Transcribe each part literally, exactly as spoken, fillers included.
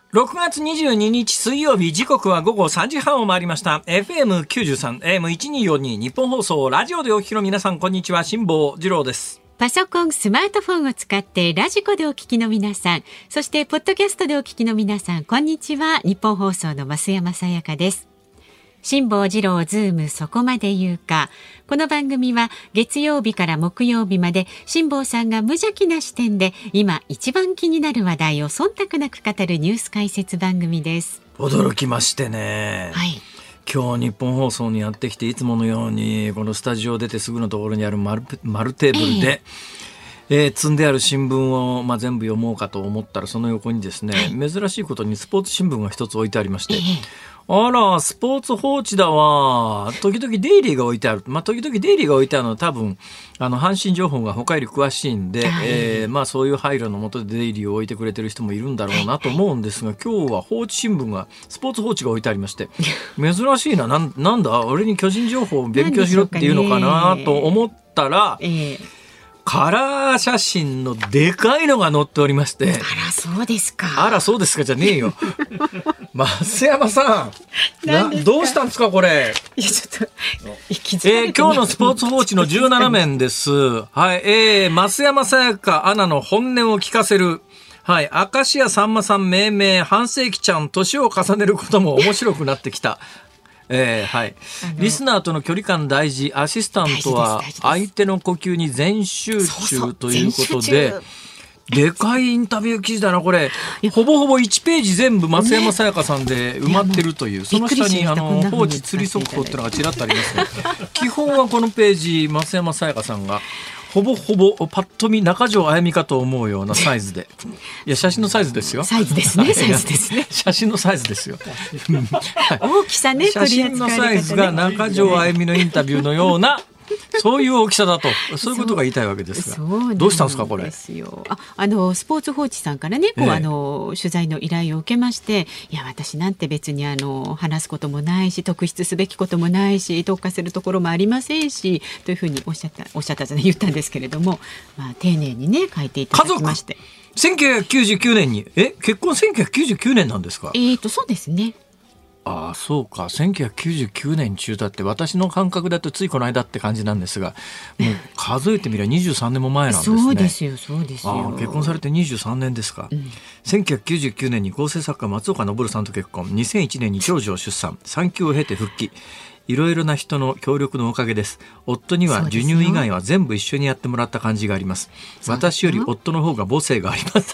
ろくがつにじゅうににち水曜日、時刻は午後さんじはんを回りました。 エフエムきゅうじゅうさん エーエムせんにひゃくよんじゅうに 日本放送ラジオでお聞きの皆さん、こんにちは。辛坊治郎です。 パソコン、スマートフォンを使ってラジコでお聞きの皆さん、そしてポッドキャストでお聞きの皆さん、こんにちは。日本放送の増山さやかです。辛坊治郎ズームそこまで言うか。この番組は月曜日から木曜日まで辛坊さんが無邪気な視点で今一番気になる話題を忖度なく語るニュース解説番組です。 驚きましてね、はい、今日日本放送にやってきて、いつものようにこのスタジオを出てすぐのところにある 丸, 丸テーブルで、えーえー、積んである新聞を、まあ、全部読もうかと思ったら、その横にですね、はい、珍しいことにスポーツ新聞が一つ置いてありまして、えーあら、スポーツ報知だわ。時々デイリーが置いてある。まあ、時々デイリーが置いてあるのは多分、あの、阪神情報が他より詳しいんで、はい、えー、まあ、そういう配慮のもとでデイリーを置いてくれてる人もいるんだろうなと思うんですが、今日は報知新聞が、スポーツ報知が置いてありまして、珍しいな。なん、なんだ俺に巨人情報を勉強しろっていうのかなと思ったら、えーカラー写真のでかいのが載っておりまして。 あらそうですか。 あらそうですかじゃねえよ増山さんなどうしたんですかこれ。 いやちょっと息づかれて、えー、今日のスポーツ報知のじゅうななめんですはい、えー、増山さやかアナの本音を聞かせる。はい、明石家さんまさん命名、半世紀ちゃん年を重ねることも面白くなってきたえーはい、リスナーとの距離感大事。アシスタントは相手の呼吸に全集中ということで、でかいインタビュー記事だなこれ。ほぼほぼいちページ全部増山さやかさんで埋まってるという、ね、その下にあの放置釣り速報ってのがちらっとありますね基本はこのページ増山さやかさんがほぼほぼパッと見中条あやみかと思うようなサイズで、いや写真のサイズですよ。 サイズですね。サイズですね。 写真のサイズですよ。 大きさね。 写真のサイズが中条あやみのインタビューのような。そういう大きさだと、そういうことが言いたいわけですが、そうどうしたんですかこれ。 ですよ。あ、あのスポーツ報知さんからね、こう、ええ、あの取材の依頼を受けまして、いや私なんて別にあの話すこともないし、特筆すべきこともないし、特化するところもありませんし、というふうにおっしゃったおっしゃったじゃない言ったんですけれども、まあ丁寧にね書いていただきまして。 せんきゅうひゃくきゅうじゅうきゅうねんにえ結婚せんきゅうひゃくきゅうじゅうきゅうねんなんですか。 えーとそうですね。 ああそうか。せんきゅうひゃくきゅうじゅうきゅうねん中だって、私の感覚だとついこの間って感じなんですが、もう数えてみればにじゅうさんねんも前なんですね。 そうですよそうですよ。 あ結婚されてにじゅうさんねんですか、うん、せんきゅうひゃくきゅうじゅうきゅうねんに構成作家松岡昇さんと結婚。にせんいちねんに長女を出産。産休を経て復帰。いろいろな人の協力のおかげです。夫には授乳以外は全部一緒にやってもらった感じがあります。私より夫の方が母性があります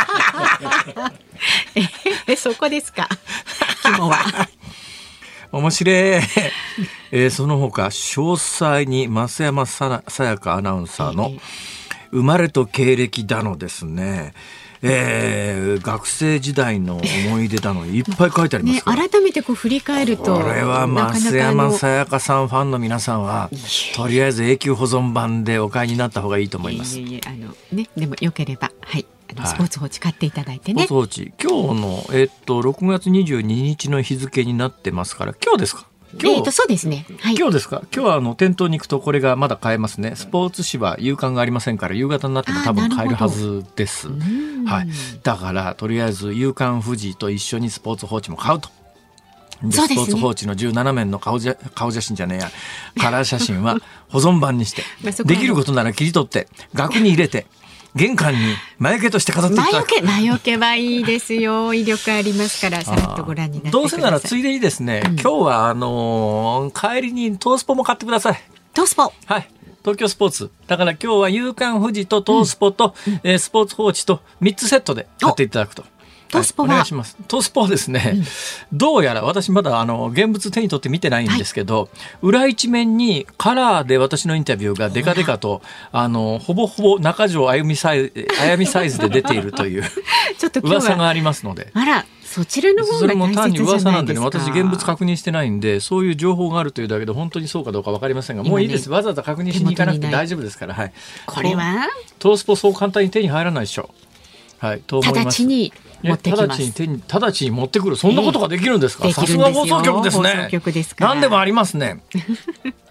えそこですか肝は面白い、えー、その他詳細に増山さやかアナウンサーの生まれと経歴だのですね、えー、学生時代の思い出だのいっぱい書いてありますから、 ね、改めてこう振り返ると、 これは増山さやかさんファンの皆さんはとりあえず永久保存版でお買いになった方がいいと思います。 いえいえ、あの、ね、でもよければ、はい、あのスポーツ報知買っていただいてね、 スポーツ報知今日の、えー、っとろくがつにじゅうににちの日付になってますから、今日ですか。今日、 えー、とそうですね、はい、 今日ですか。今日はあの店頭に行くとこれがまだ買えますね。スポーツ紙は夕刊がありませんから、夕方になっても多分買えるはずです。はい、だからとりあえず夕刊富士と一緒にスポーツ報知も買うと。でそうですね、 スポーツ報知のじゅうななめんの顔じゃ顔写真じゃねえやカラー写真は保存版にしてできることなら切り取って額に入れて玄関に魔除けとして飾っていただく。 魔除けはいいですよ。威力ありますから、さらっとご覧になってください。 どうせならついでにですね、うん、今日はあのー、帰りにトースポも買ってください。 トースポ、 はい、東京スポーツだから今日は夕刊富士とトースポと、うんえー、スポーツ報知とみっつセットで買っていただくと。 トースポは、 はい、お願いします。トースポはですね、うん、どうやら私まだあの現物手に取って見てないんですけど、はい、裏一面にカラーで私のインタビューがデカデカとあのほぼほぼ中条あゆみサイあやみサイズで出ているというちょっと噂がありますので、 あらそちらの方が大切じゃないですか。それも単に噂なんでね、私現物確認してないんで、そういう情報があるというだけで本当にそうかどうか分かりませんが、もういいです。わざわざ確認しに行かなくて大丈夫ですから、はい、 これはトースポそう簡単に手に入らないでしょう。はい、と思います。 直ちに持ってきます。 直ちに手に直ちに持ってくる。そんなことができるんですか。さすが放送局ですね。 放送局ですから。 何でもありますね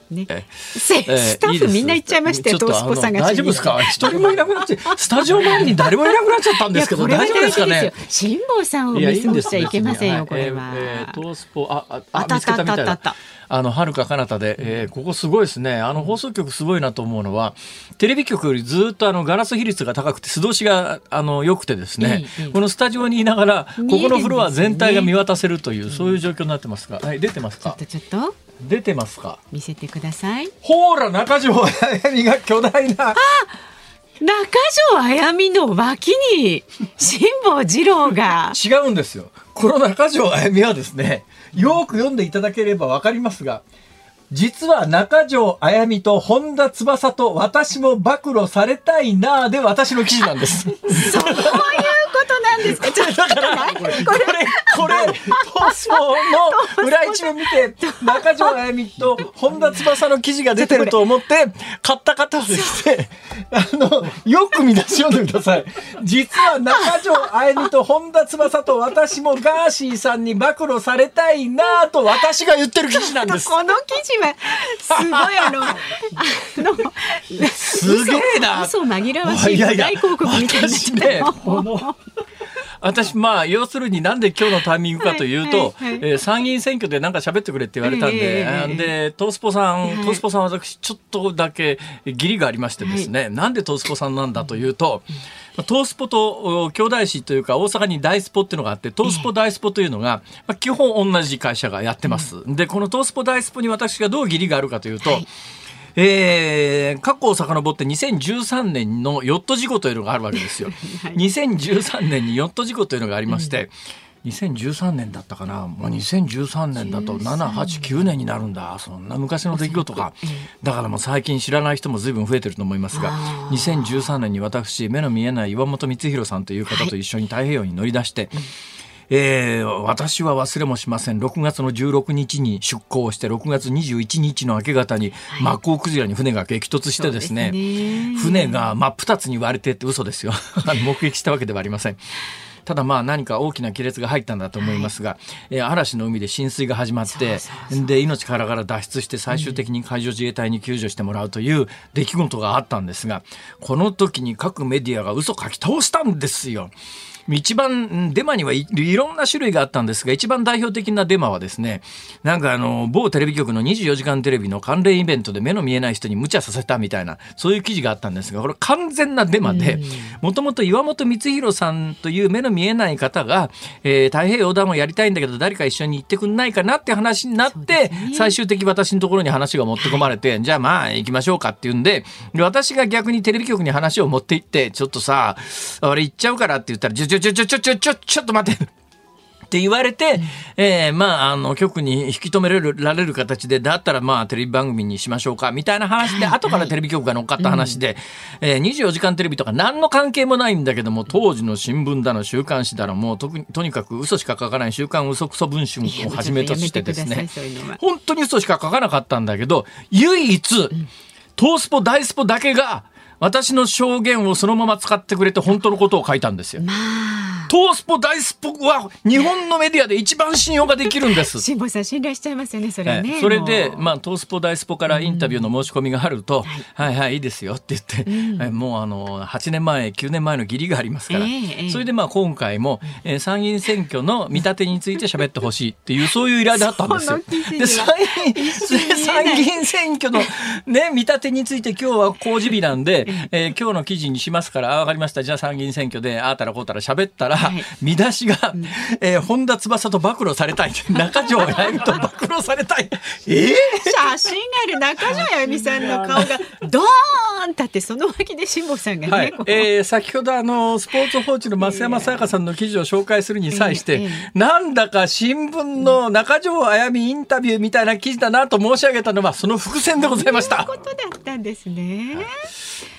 ね、えスタッフみんな行っちゃいましたよ。トースポさんが大丈夫ですか？一人もいなくなっちゃスタジオ周りに誰もいなくなっちゃったんですけど大丈夫ですかね？ 辛坊さんをミスしちゃいけませんよ。これは、 えー、トースポあああ見つけたみたいな。あのはるか彼方で、えー、ここすごいですね。あの放送局すごいなと思うのは、テレビ局よりずっとあのガラス比率が高くて素通しがあの良くてですね、いいいいこのスタジオにいながらここのフロア全体が見渡せるという、ね、そういう状況になってますが、はい、出てますか？ ちょっとちょっと出てますか？ 見せてください。 ほーら中条あやみが巨大なあ中条あやみの脇に辛坊治郎が違うんですよ。この中条あやみはですね、よく読んでいただければわかりますが、実は中条あやみと本田翼と私も暴露されたいなで私の記事なんです。そういうことなんですか？ちょっとだからこれこれこれトースポの裏一面見て中条あやみと本田翼の記事が出てると思って買った方はですね、あのよく見出し読んでください。実は中条あやみと本田翼と私もガーシーさんに暴露されたいなと私が言ってる記事なんです。 この記事はすごいあのあのすげえな。 嘘紛らわしい大広告みたいな。 私ね、この私まあ要するになんで今日のタイミングかというと、はいはいはい、えー、参議院選挙でなんか喋ってくれって言われたんで、えー、でトースポさん、はい、トースポさん私ちょっとだけ義理がありましてですね、はい、なんでトースポさんなんだというと、トースポと兄弟紙というか大阪に大スポっていうのがあって、トースポ大スポというのが、まあ、基本同じ会社がやってます。でこのトースポ大スポに私がどう義理があるかというと、はい、えー、過去を遡ってにせんじゅうさんねんのヨット事故というのがあるわけですよ。はい、にせんじゅうさんねんにヨット事故というのがありまして、うん、にせんじゅうさんねんだったかな、もうにせんじゅうさんねんだとなな、はち、きゅうねんになるんだ。そんな昔の出来事か。だからもう最近知らない人も随分増えてると思いますが、にせんじゅうさんねんに私目の見えない岩本光弘さんという方と一緒に太平洋に乗り出して、はい、えー、私は忘れもしません。ろくがつのじゅうろくにちに出港してろくがつにじゅういちにちの明け方にマッコウクジラに船が激突してですね、はい、ね、船が真っ二つに割れてって嘘ですよ。目撃したわけではありません。ただまあ何か大きな亀裂が入ったんだと思いますが、はい、えー、嵐の海で浸水が始まって、そうそうそう、で命からがら脱出して最終的に海上自衛隊に救助してもらうという出来事があったんですが、この時に各メディアが嘘書き通したんですよ。一番デマにはい、いろんな種類があったんですが、一番代表的なデマはですね、なんかあの某テレビ局のにじゅうよじかんテレビの関連イベントで目の見えない人に無茶させたみたいな、そういう記事があったんですが、これ完全なデマで、もともと岩本光弘さんという目の見えない方が、えー、太平洋横断をやりたいんだけど誰か一緒に行ってくんないかなって話になって、ね、最終的に私のところに話が持って込まれて、はい、じゃあまあ行きましょうかっていうんで、で私が逆にテレビ局に話を持って行って、ちょっとさ俺行っちゃうからって言ったら、ちょちょちょちょちょちょちょちょっと待ってって言われて、うん、えー、まああの局に引き止められる、られる形で、だったらまあテレビ番組にしましょうかみたいな話で、はい、後からテレビ局が乗っかった話で、うん、えー、にじゅうよじかんテレビとか何の関係もないんだけども、当時の新聞だの週刊誌だの、もうとくとにかく嘘しか書かない週刊嘘くそ文春をはじめとしてですね、本当に嘘しか書かなかったんだけど、唯一、うん、トースポ大スポだけが私の証言をそのまま使ってくれて本当のことを書いたんですよ。まあ、トースポ大スポは日本のメディアで一番信用ができるんです。 辛坊さん信頼しちゃいますよね、それね。 それで、まあ、トースポ大スポからインタビューの申し込みがあると、うん、はい、はいはいいいですよって言って、うん、もうあのはちねんまえきゅうねんまえの義理がありますから、えー、それでまあ今回も、えー、参議院選挙の見立てについて喋ってほしいっていうそういう依頼だったんですよ。で参議院選挙の、ね、見立てについて今日は公示日なんで、えー、今日の記事にしますから、あ、分かりました、じゃあ参議院選挙でああたらこうたら喋ったら、はい、見出しが、うん、えー、本田翼と暴露されたい、中条あやみと暴露されたい、えー、 写真がある中条あやみさんの顔がドーン立って、その脇で辛坊さんがね、はい、 えー、先ほどあのスポーツ報知の増山さやかさんの記事を紹介するに際して、えーえー、なんだか新聞の中条あやみインタビューみたいな記事だなと申し上げたのはその伏線でございました。 そういうことだったんですね。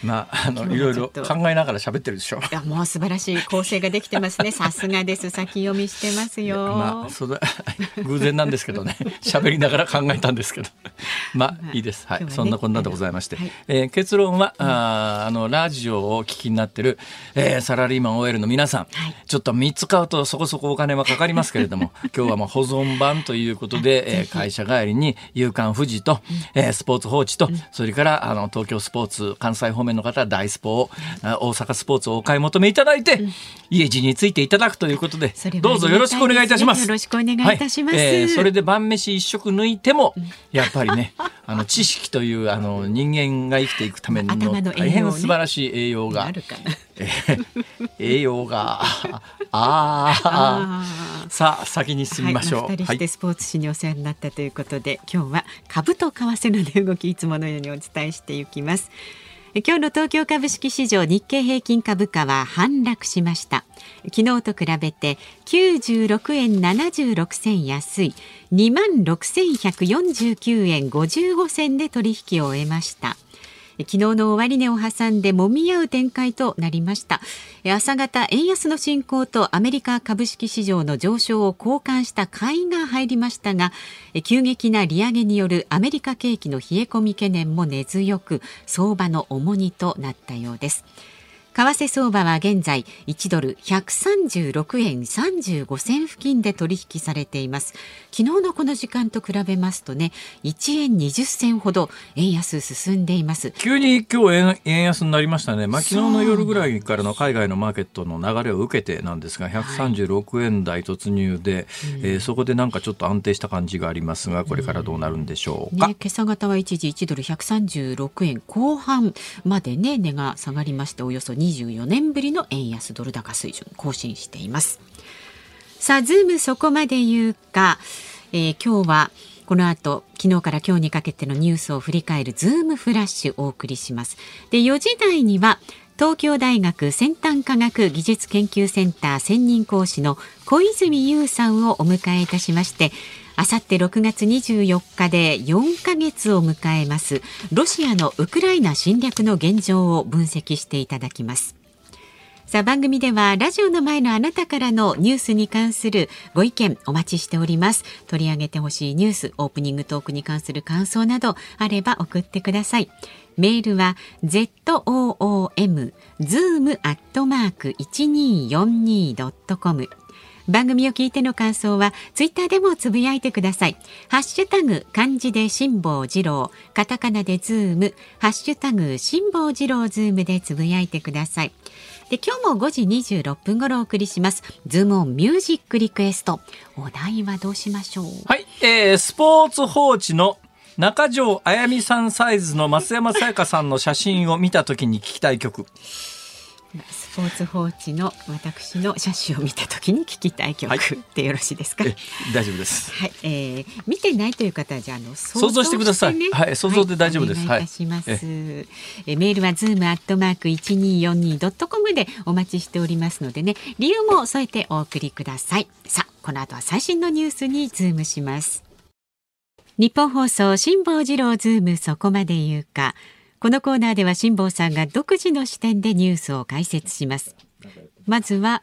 まあ、あのいろいろ考えながら喋ってるでしょ。 いや、もう素晴らしい構成ができてますね。さすがです。先読みしてますよ。 まあ、それ偶然なんですけどね、喋りながら考えたんですけどまあいいです、はい、ね、そんなこんなでございまして、はい、えー、結論は、うん、あ, あのラジオをお聞きになってる、えー、サラリーマン オーエル の皆さん、はい、ちょっとみっつ買うとそこそこお金はかかりますけれども今日はもう保存版ということで、えー、会社帰りに夕刊富士と、うん、えー、スポーツ報知と、うん、それからあの東京スポーツ関西方面の方は大スポを、うん、大阪スポーツをお買い求めいただいて、うん、家路についていただくということで、どうぞよろしくお願いいたします。 よろしくお願いいたします、 はい、えー、それで晩飯一食抜いても、うん、やっぱりねあの知識というあの人間が生きていくための大変素晴らしい栄養が、ね、えー、栄養がああさあ先に進みましょう。 はい、まあ、ふたりしてスポーツ紙にお世話になったということで、はい、今日は株と為替の値動きいつものようにお伝えしていきます。今日の東京株式市場、日経平均株価は反落しました。昨日と比べてきゅうじゅうろくえんななじゅうろくせん安い にまんろくせんひゃくよんじゅうきゅうえんごじゅうごせんで取引を終えました。昨日の終値を挟んで揉み合う展開となりました。朝方、円安の進行とアメリカ株式市場の上昇を好感した買いが入りましたが、急激な利上げによるアメリカ景気の冷え込み懸念も根強く、相場の重荷となったようです。為替相場は現在いちドルひゃくさんじゅうろくえんさんじゅうごせん付近で取引されています。昨日のこの時間と比べますとね、いちえんにじゅっせんほど円安進んでいます。 急に今日 円, 円安になりましたね。まあ、昨日の夜ぐらいからの海外のマーケットの流れを受けてなんですが、ひゃくさんじゅうろくえん台突入で、はい、えー、そこでなんかちょっと安定した感じがありますが、これからどうなるんでしょうか。 ね、今朝方は一時いちドルひゃくさんじゅうろくえんこう半まで、ね、値が下がりまして、およそにじゅうよねんぶりの円安ドル高水準更新しています。さあ、ズームそこまで言うか、えー、今日はこの後昨日から今日にかけてのニュースを振り返るズームフラッシュお送りします。で、よじ台には東京大学先端科学技術研究センター専任講師の小泉悠さんをお迎えいたしまして、あさってろくがつにじゅうよっかでよんかげつを迎えますロシアのウクライナ侵略の現状を分析していただきます。さあ、番組ではラジオの前のあなたからのニュースに関するご意見お待ちしております。取り上げてほしいニュース、オープニングトークに関する感想などあれば送ってください。メールは ズーム ズーム アットマーク いちにーよんにー ドットコム。番組を聞いての感想はツイッターでもつぶやいてください。ハッシュタグ漢字で辛坊治郎、カタカナでズーム、ハッシュタグ辛坊治郎ズームでつぶやいてください。で、今日もごじにじゅうろっぷん頃お送りしますズームオンミュージックリクエスト。お題はどうしましょう。 はい、えー、スポーツ報知の中条あやみさんサイズの増山さやかさんの写真を見たときに聞きたい曲。 スポーツ報知の私の写真を見たときに聞きたい曲、はい、でよろしいですか。 大丈夫です。 はい、えー、見てないという方はじゃあの想像してください。はい、想像で大丈夫です。 はい、お願いいたします。はい、ええメールはズームアットマークいちにーよんにードットコムでお待ちしておりますのでね、理由も添えてお送りください。さあ、この後は最新のニュースにズームします。日本放送辛坊治郎ズームそこまで言うか。このコーナーでは辛坊さんが独自の視点でニュースを解説します。まずは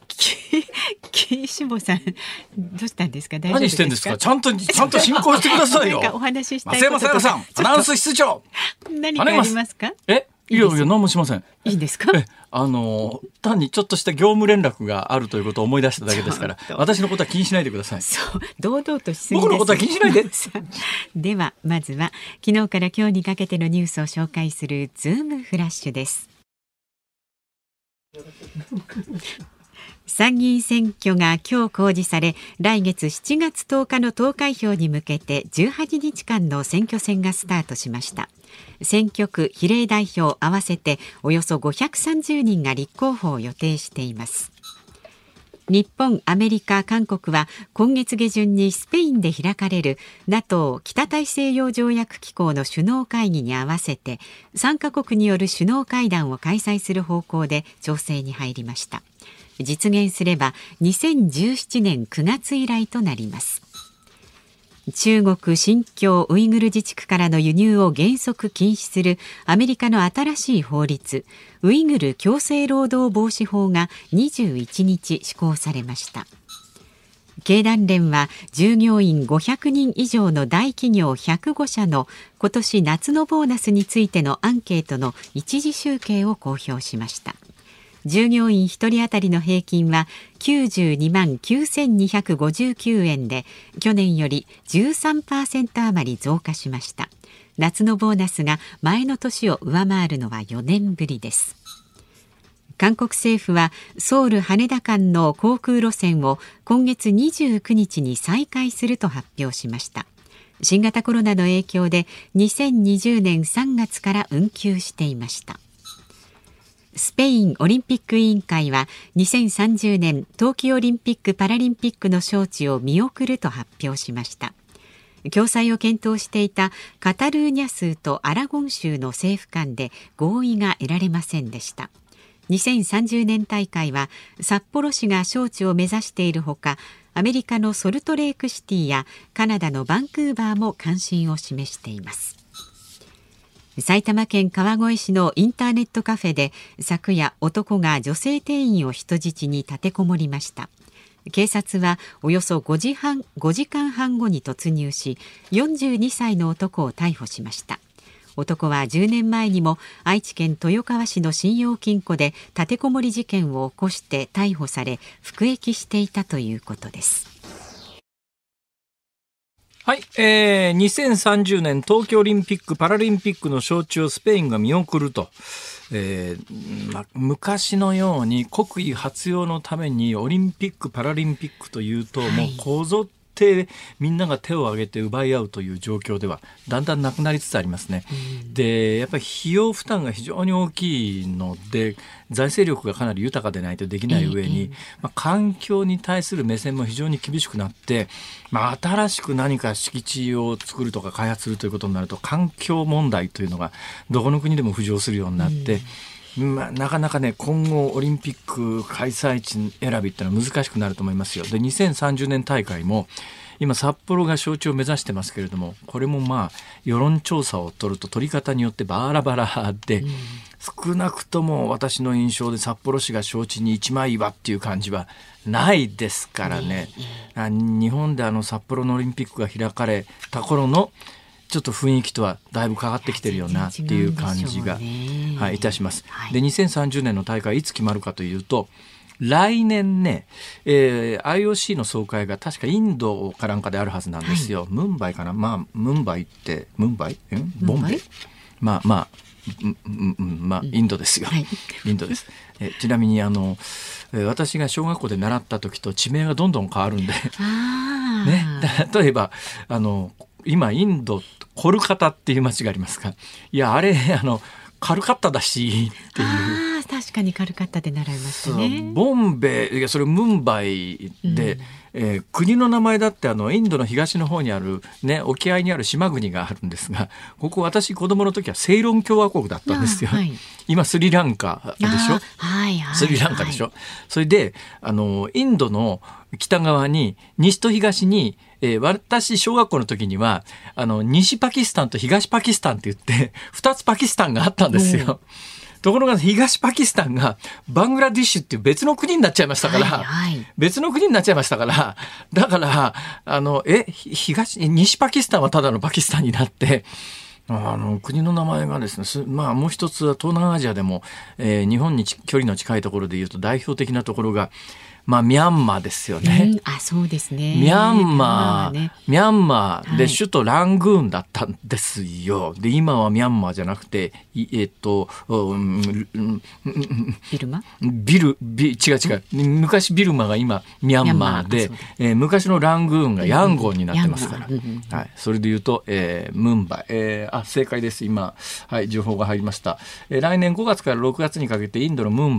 辛坊さん、どうしたんですか。大丈夫ですか。何してんですか。ちゃんとちゃんと進行してくださいよ。なんかお話ししたいこととか。増山さやかさん、アナウンス室長。何かありますか。え、いやいや何もしません。いいですか。え、あの単にちょっとした業務連絡があるということを思い出しただけですから、私のことは気にしないでください。そう、堂々としすぎです。僕のことは気にしないで。ではまずは昨日から今日にかけてのニュースを紹介するズームフラッシュです。参議院選挙が今日公示され、来月しちがつとおかの投開票に向けてじゅうはちにちかんの選挙戦がスタートしました。選挙区比例代表合わせておよそごひゃくさんじゅうにんが立候補を予定しています。日本、アメリカ、韓国は今月下旬にスペインで開かれる ナトー 北大西洋条約機構の首脳会議に合わせてさんかこくによる首脳会談を開催する方向で調整に入りました。実現すればにせんじゅうななねんくがつ以来となります。 中国新疆ウイグル自治区からの輸入を原則禁止するアメリカの新しい法律、ウイグル強制労働防止法がにじゅういちにち施行されました。経団連は従業員ごひゃくにん以上の大企業ひゃくごしゃの今年夏のボーナスについてのアンケートの一次集計を公表しました。従業員ひとり当たりの平均はきゅうじゅうにまんきゅうせんにひゃくごじゅうきゅうえんで、去年より じゅうさんパーセント 余り増加しました。夏のボーナスが前の年を上回るのはよねんぶりです。韓国政府はソウル羽田間の航空路線を今月にじゅうくにちに再開すると発表しました。新型コロナの影響でにせんにじゅうねんさんがつから運休していました。スペインオリンピック委員会はにせんさんじゅうねん冬季オリンピック・パラリンピックの招致を見送ると発表しました。共催を検討していたカタルーニャ州とアラゴン州の政府間で合意が得られませんでした。にせんさんじゅうねん大会は札幌市が招致を目指しているほか、アメリカのソルトレークシティやカナダのバンクーバーも関心を示しています。埼玉県川越市のインターネットカフェで昨夜、男が女性店員を人質に立てこもりました。警察はおよそごじはん、ごじかんはん後に突入し、よんじゅうにさいの男を逮捕しました。男はじゅうねんまえにも愛知県豊川市の信用金庫で立てこもり事件を起こして逮捕され、服役していたということです。 はい、えー、にせんさんじゅうねん東京オリンピック・パラリンピックの招致をスペインが見送ると、えーま、昔のように国威発揚のためにオリンピック・パラリンピックというと、はい、もうこぞってみんなが手を挙げて奪い合うという状況ではだんだんなくなりつつありますね。で、やっぱり費用負担が非常に大きいので、財政力がかなり豊かでないとできない上に、まあ、環境に対する目線も非常に厳しくなって、まあ、新しく何か敷地を作るとか開発するということになると、環境問題というのがどこの国でも浮上するようになって、まあ、なかなかね、今後オリンピック開催地選びってのは難しくなると思いますよ。で、にせんさんじゅうねん大会も今札幌が招致を目指してますけれども、これもまあ世論調査を取ると取り方によってバラバラで、うん、少なくとも私の印象で札幌市が招致に一枚岩っていう感じはないですからね、うん、日本であの札幌のオリンピックが開かれた頃のちょっと雰囲気とはだいぶ変わってきてるよなっていう感じが、はい、いたします。はい、で、にせんさんじゅうねんの大会いつ決まるかというと、来年ね、えー、アイオーシー の総会が確かインドかなんかであるはずなんですよ。はい、ムンバイかな、まあムンバイってムンバイんボンベイまあまあうんうん、まあインドですよ、はい、インドです。えちなみにあの私が小学校で習った時と地名がどんどん変わるんであ、ね、例えばあの今インドコルカタっていう街がありますが、いやあれあのカルカッタだしっていう。 あ、確かにカルカッタで習いましたね。 ボンベイ、いやそれムンバイで、うんえー、国の名前だってあのインドの東の方にある、ね、沖合にある島国があるんですが、ここ私子供の時はセイロン共和国だったんですよ。はい、今スリランカでしょ、 はいはい、 スリランカでしょ、はい、それであのインドの北側に西と東に、えー、私小学校の時にはあの西パキスタンと東パキスタンって言ってふたつパキスタンがあったんですよ。ところが東パキスタンがバングラディッシュっていう別の国になっちゃいましたから、はいはい、別の国になっちゃいましたから、だからあのえ東西パキスタンはただのパキスタンになって、あの国の名前がですね、まあもう一つは東南アジアでも、えー、日本に距離の近いところでいうと代表的なところがまあ、ミャンマーですよね。 うん、あ、そうですね。 ミャンマー、ね、ミャンマーで首都ラングーンだったんですよ。はい、で、今はミャンマーじゃなくて、えっと、うん、 ビルマビル、ビ、違う違う。昔ビルマが今、ミャンマーで、えー、昔のラングーンがヤンゴンになってますから。うん、はい。それで言うと、えー、ムンバイ。えー、あ、正解です。今、はい、情報が入りました。えー、来年ごがつからろくがつにかけてインドのムンバイ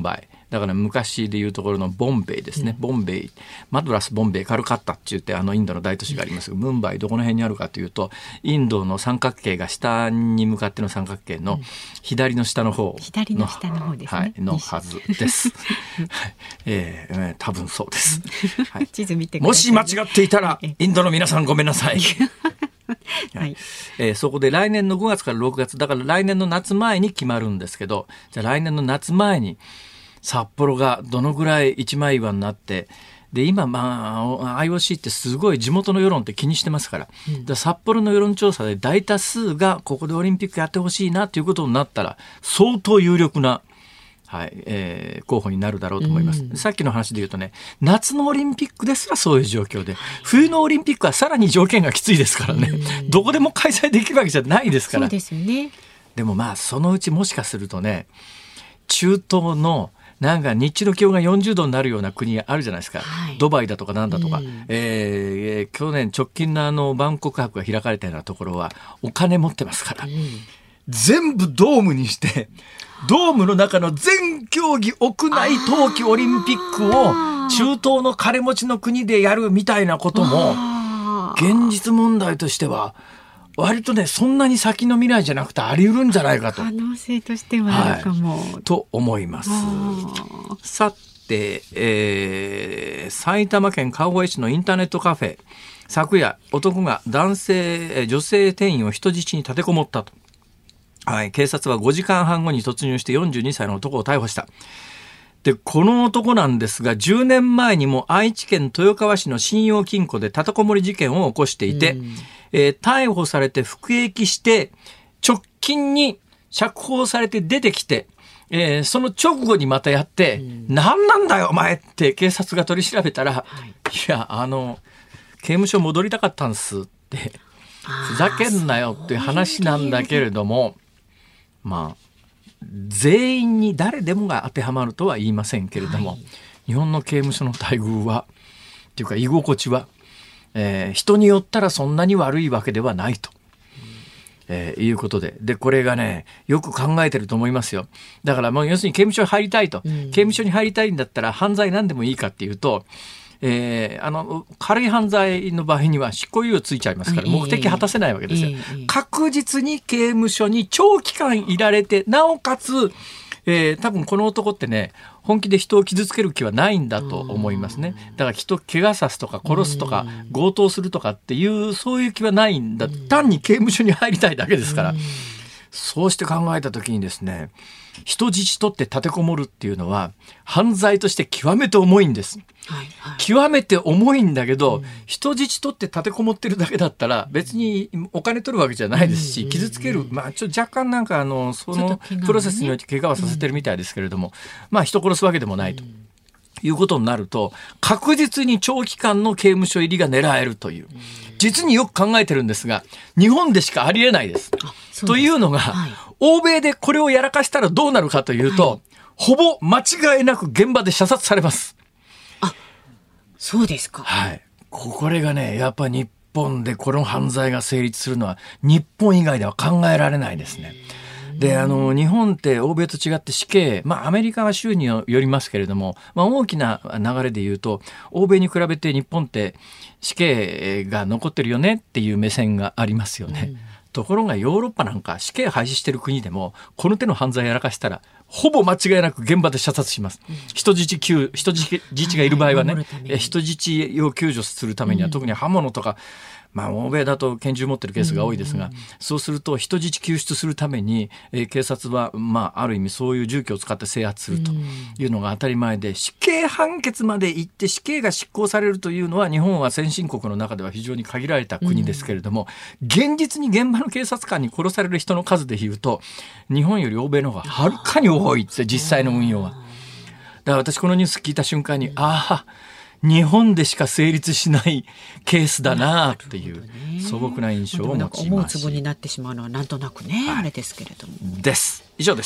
だから昔でいうところのボンベイですね、うん、ボンベイ、マドラス、ボンベイ、カルカッタって言ってあのインドの大都市がありますが、ムンバイどこの辺にあるかというと、インドの三角形が下に向かっての三角形の左の下の方の、 左の下の方ですね、 はい、のはずです、はいえーえー、多分そうです、はい、 地図見てください。 もし間違っていたらインドの皆さんごめんなさいはいえー、そこで来年のごがつからろくがつだから来年の夏前に決まるんですけど、じゃあ来年の夏前に札幌がどのぐらい一枚岩になって、で今、まあ、アイオーシー ってすごい地元の世論って気にしてますから、うん、だ札幌の世論調査で大多数がここでオリンピックやってほしいなということになったら相当有力な、はいえー、候補になるだろうと思います、うん、さっきの話で言うとね、夏のオリンピックですらそういう状況で、冬のオリンピックはさらに条件がきついですからね、うん、どこでも開催できるわけじゃないですから。 そうですよね。 でもまあそのうちもしかするとね、中東のなんか日中の気温がよんじゅうどになるような国あるじゃないですか、はい、ドバイだとかなんだとか、うんえー、去年直近のあの万国博が開かれたようなところはお金持ってますから、うん、全部ドームにしてドームの中の全競技屋内冬季オリンピックを中東の金持ちの国でやるみたいなことも現実問題としては割とね、そんなに先の未来じゃなくてあり得るんじゃないかと、 可能性としてはあるかも、 はい、と思います。さて、えー、埼玉県川越市のインターネットカフェ、昨夜男が男性女性店員を人質に立てこもったと、はい、警察はごじかんはんごに突入してよんじゅうにさいの男を逮捕した。でこの男なんですが、じゅうねんまえにも愛知県豊川市の信用金庫で立てこもり事件を起こしていて、うんえー、逮捕されて服役して直近に釈放されて出てきて、えー、その直後にまたやって、うん、何なんだよお前って警察が取り調べたら、はい、いやあの刑務所戻りたかったんですってふざけんなよっていう話なんだけれども、まあ全員に誰でもが当てはまるとは言いませんけれども、はい、日本の刑務所の待遇はっていうか居心地は、えー、人によったらそんなに悪いわけではないと、えー、いうことで、でこれがねよく考えてると思いますよ。だからもう要するに刑務所に入りたいと、うん、刑務所に入りたいんだったら犯罪何でもいいかっていうと、えー、あの軽い犯罪の場合には執行猶予ついちゃいますから目的果たせないわけですよ、えーえー、確実に刑務所に長期間いられて、なおかつ、えー、多分この男ってね本気で人を傷つける気はないんだと思いますね。だから人怪我さすとか殺すとか強盗するとかっていうそういう気はないんだ、単に刑務所に入りたいだけですから、そうして考えた時にですね、人質取って立てこもるっていうのは犯罪として極めて重いんです、はいはい、極めて重いんだけど、うん、人質取って立てこもってるだけだったら別にお金取るわけじゃないですし、うん、傷つける、まあ、ちょっと若干なんかあのそのプロセスにおいて怪我はさせてるみたいですけれども、うん、まあ人殺すわけでもないと、うんいうことになると確実に長期間の刑務所入りが狙えるという、実によく考えてるんですが日本でしかありえないです。というのが、はい、欧米でこれをやらかしたらどうなるかというと、はい、ほぼ間違いなく現場で射殺されます。 あ、そうですか。 はい、これがねやっぱり日本でこの犯罪が成立するのは日本以外では考えられないですね。であの日本って欧米と違って死刑、まあ、アメリカは州によりますけれども、まあ、大きな流れで言うと欧米に比べて日本って死刑が残ってるよねっていう目線がありますよね、うん、ところがヨーロッパなんか死刑廃止してる国でもこの手の犯罪やらかしたらほぼ間違いなく現場で射殺します、うん、人質救人質がいる場合はね、はい、人質を救助するためには、うん、特に刃物とかまあ、欧米だと拳銃持ってるケースが多いですが、うんうん、そうすると人質救出するために、えー、警察は、まあ、ある意味そういう銃器を使って制圧するというのが当たり前で、死刑判決まで行って死刑が執行されるというのは日本は先進国の中では非常に限られた国ですけれども、うん、現実に現場の警察官に殺される人の数でいうと日本より欧米の方がはるかに多いって実際の運用は。だから私このニュース聞いた瞬間に、ああ日本でしか成立しないケースだなっていう素朴な印象を持ちます。 思うつぼになってしまうのはなんとなくね、はい、あれですけれども。 です。以上です。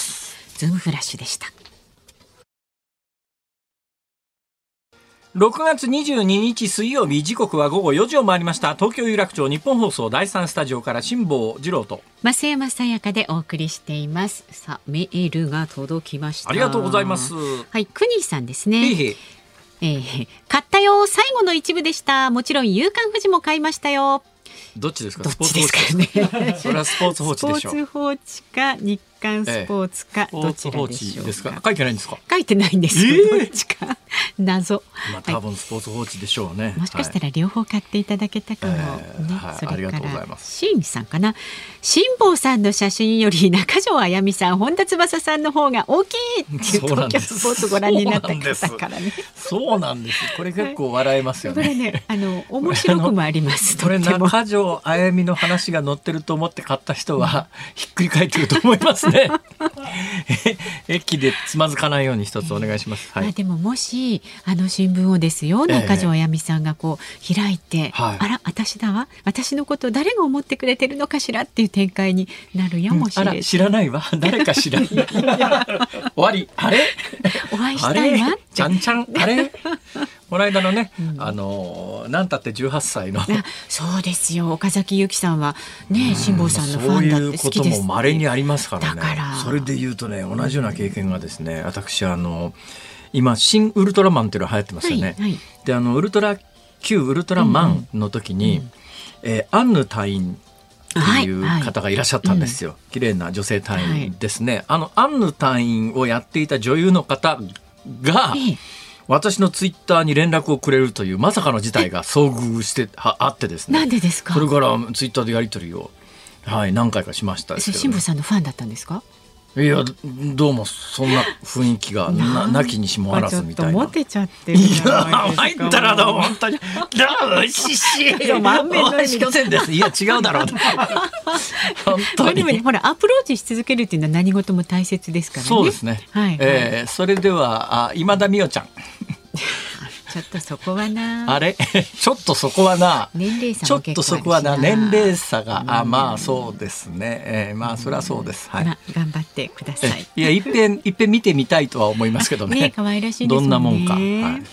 ズームフラッシュでした。 ろくがつにじゅうににち水曜日、時刻は午後よじを回りました。東京有楽町日本放送だいさんスタジオから辛坊治郎と増山さやかでお送りしています。さあ、メールが届きました。 ありがとうございます。 はい、くにさんですね。 へいへい、 えー、買ったよ、最後の一部でした。もちろん夕刊フジも買いましたよ。 どっちですか？ どっちですかね。 それはスポーツ報知でしょう。 スポーツ報知か日刊スポーツか、どちらでしょうか。 ですか？書いてないんですか？ 書いてないんですよ、えー、どっちか謎。 まあ、多分スポーツ報知でしょうね、 はい、もしかしたら両方買っていただけたかも、 えーね、 はい、 それからありがとうございます。 新さんかな。辛坊さんの写真より中条あやみさん、本田翼さんの方が大きいっていう東京スポーツご覧になった方からね。 そうなんです。これ結構笑えますよね。 これね、あの面白くもあります。 これ中条あやみの話が載ってると思って買った人はひっくり返ってると思いますね。駅でつまずかないように一つお願いします。 えーはい、でももしあの新聞をですよ、中条あやみさんがこう開いて、えー、あら私だわ、私のこと誰が思ってくれてるのかしらっていう展開になるやもしれない、うん、 あら知らないわ、誰か知らない終わり、あれお会いしたいわってちゃんちゃん、あれこの間のね、うん、あのなんたってじゅうはっさいのそうですよ、岡崎由紀さんはね、辛坊さんのファンだって好きですって。 そういうことも稀にありますからね。 だからそれで言うとね、同じような経験がですね、私あの今新ウルトラマンっていうのが流行ってますよね、はいはい、であのウルトラ Q ウルトラマンの時に、うんうんえー、アンヌ隊員っていう方がいらっしゃったんですよ、はいはい、綺麗な女性隊員ですね、はい、あのアンヌ隊員をやっていた女優の方が、はい私のツイッターに連絡をくれるというまさかの事態が遭遇してあってですね。 なんでですか？ それからツイッターでやり取りを、はい、何回かしましたですけど、ね、 辛坊さんのファンだったんですか？ いやどうもそんな雰囲気が な, なきにしもあらずみたいな。 ちょっとモテちゃってるじゃないですか。 いや入ったらどうも本当にどうもしし満面のしませんです。いや違うだろう本当に。 でもほらアプローチし続けるっていうのは何事も大切ですからね。 そうですね、 はいえー、それではあ今田美桜ちゃんちょっとそこはなあれちょっとそこはな年齢差も結構あるしな。 ちょっとそこはな年齢差があまあそうですね、えー、まあそれはそうです、はい、 まあ、頑張ってください。 いやいっぺんいっぺん見てみたいとは思いますけどね。 ね可愛らしいですもんね。 どんなもんか、はい、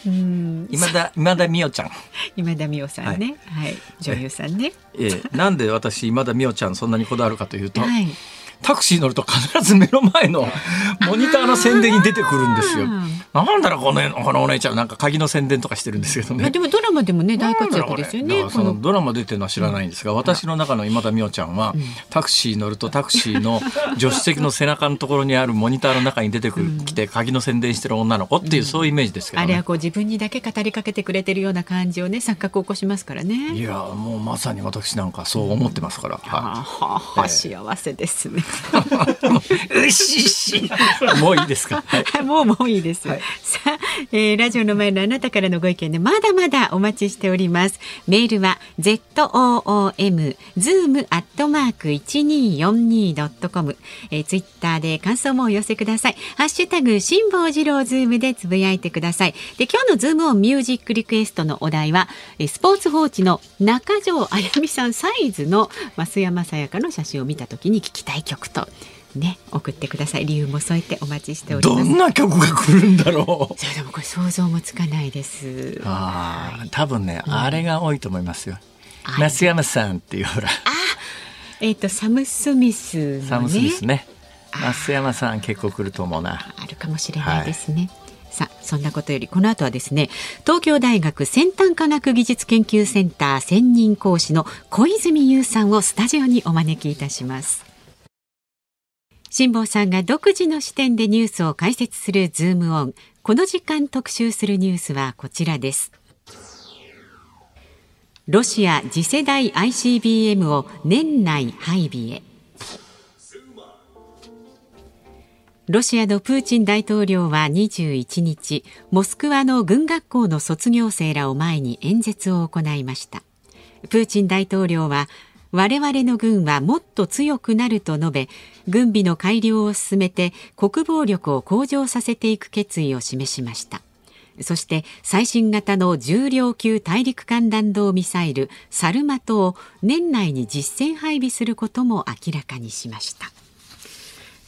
うん今田今田美桜ちゃん今田美桜さんね、はいはい、女優さんね。 えー、なんで私今田美桜ちゃんそんなにこだわるかというと、 はいタクシー乗ると必ず目の前のモニターの宣伝に出てくるんですよ。なんだろうこの、このお姉ちゃんなんか鍵の宣伝とかしてるんですけどね。 でもドラマでもね大活躍ですよね。 そのドラマ出てるのは知らないんですが、私の中の今田美桜ちゃんは、うん、タクシー乗るとタクシーの助手席の背中のところにあるモニターの中に出てくる、うん、来て鍵の宣伝してる女の子っていう、うん、そういうイメージですけどね。 あれはこう自分にだけ語りかけてくれてるような感じをね錯覚を起こしますからね。 いやもうまさに私なんかそう思ってますから、うん、 はい、はは、えー、幸せですね。 うししもういいですか？はい、 もうもういいです、はい、さあ、えー、ラジオの前のあなたからのご意見でまだまだお待ちしております。メールは ズーム ズーム アットマーク いちにーよんにー ドットコム、えー、ツイッターで感想もお寄せください。ハッシュタグ辛坊治郎ズームでつぶやいてください。で今日のズームオンミュージックリクエストのお題はスポーツ報知の中条あやみさんサイズの増山さやかの写真を見た時に聞きたい曲とね、送ってください。理由も添えてお待ちしております。 どんな曲が来るんだろう。 それでもこれ想像もつかないです。 あ、はい、多分ね、うん、あれが多いと思いますよ。増山さんっていうほら。あ、 えっ、ー、とサムスミスのね。 サムスミスね。増山さん結構来ると思うな。 あるかもしれないですね。はい、さあそんなことよりこの後はですね、東京大学先端科学技術研究センター専任講師の小泉優さんをスタジオにお招きいたします。辛坊さんが独自の視点でニュースを解説するズームオン。この時間特集するニュースはこちらです。ロシア次世代 アイシービーエム を年内配備へ。ロシアのプーチン大統領はにじゅういちにち、モスクワの軍学校の卒業生らを前に演説を行いました。プーチン大統領は我々の軍はもっと強くなると述べ、軍備の改良を進めて国防力を向上させていく決意を示しました。そして最新型の重量級大陸間弾道ミサイルサルマトを年内に実戦配備することも明らかにしました。さあと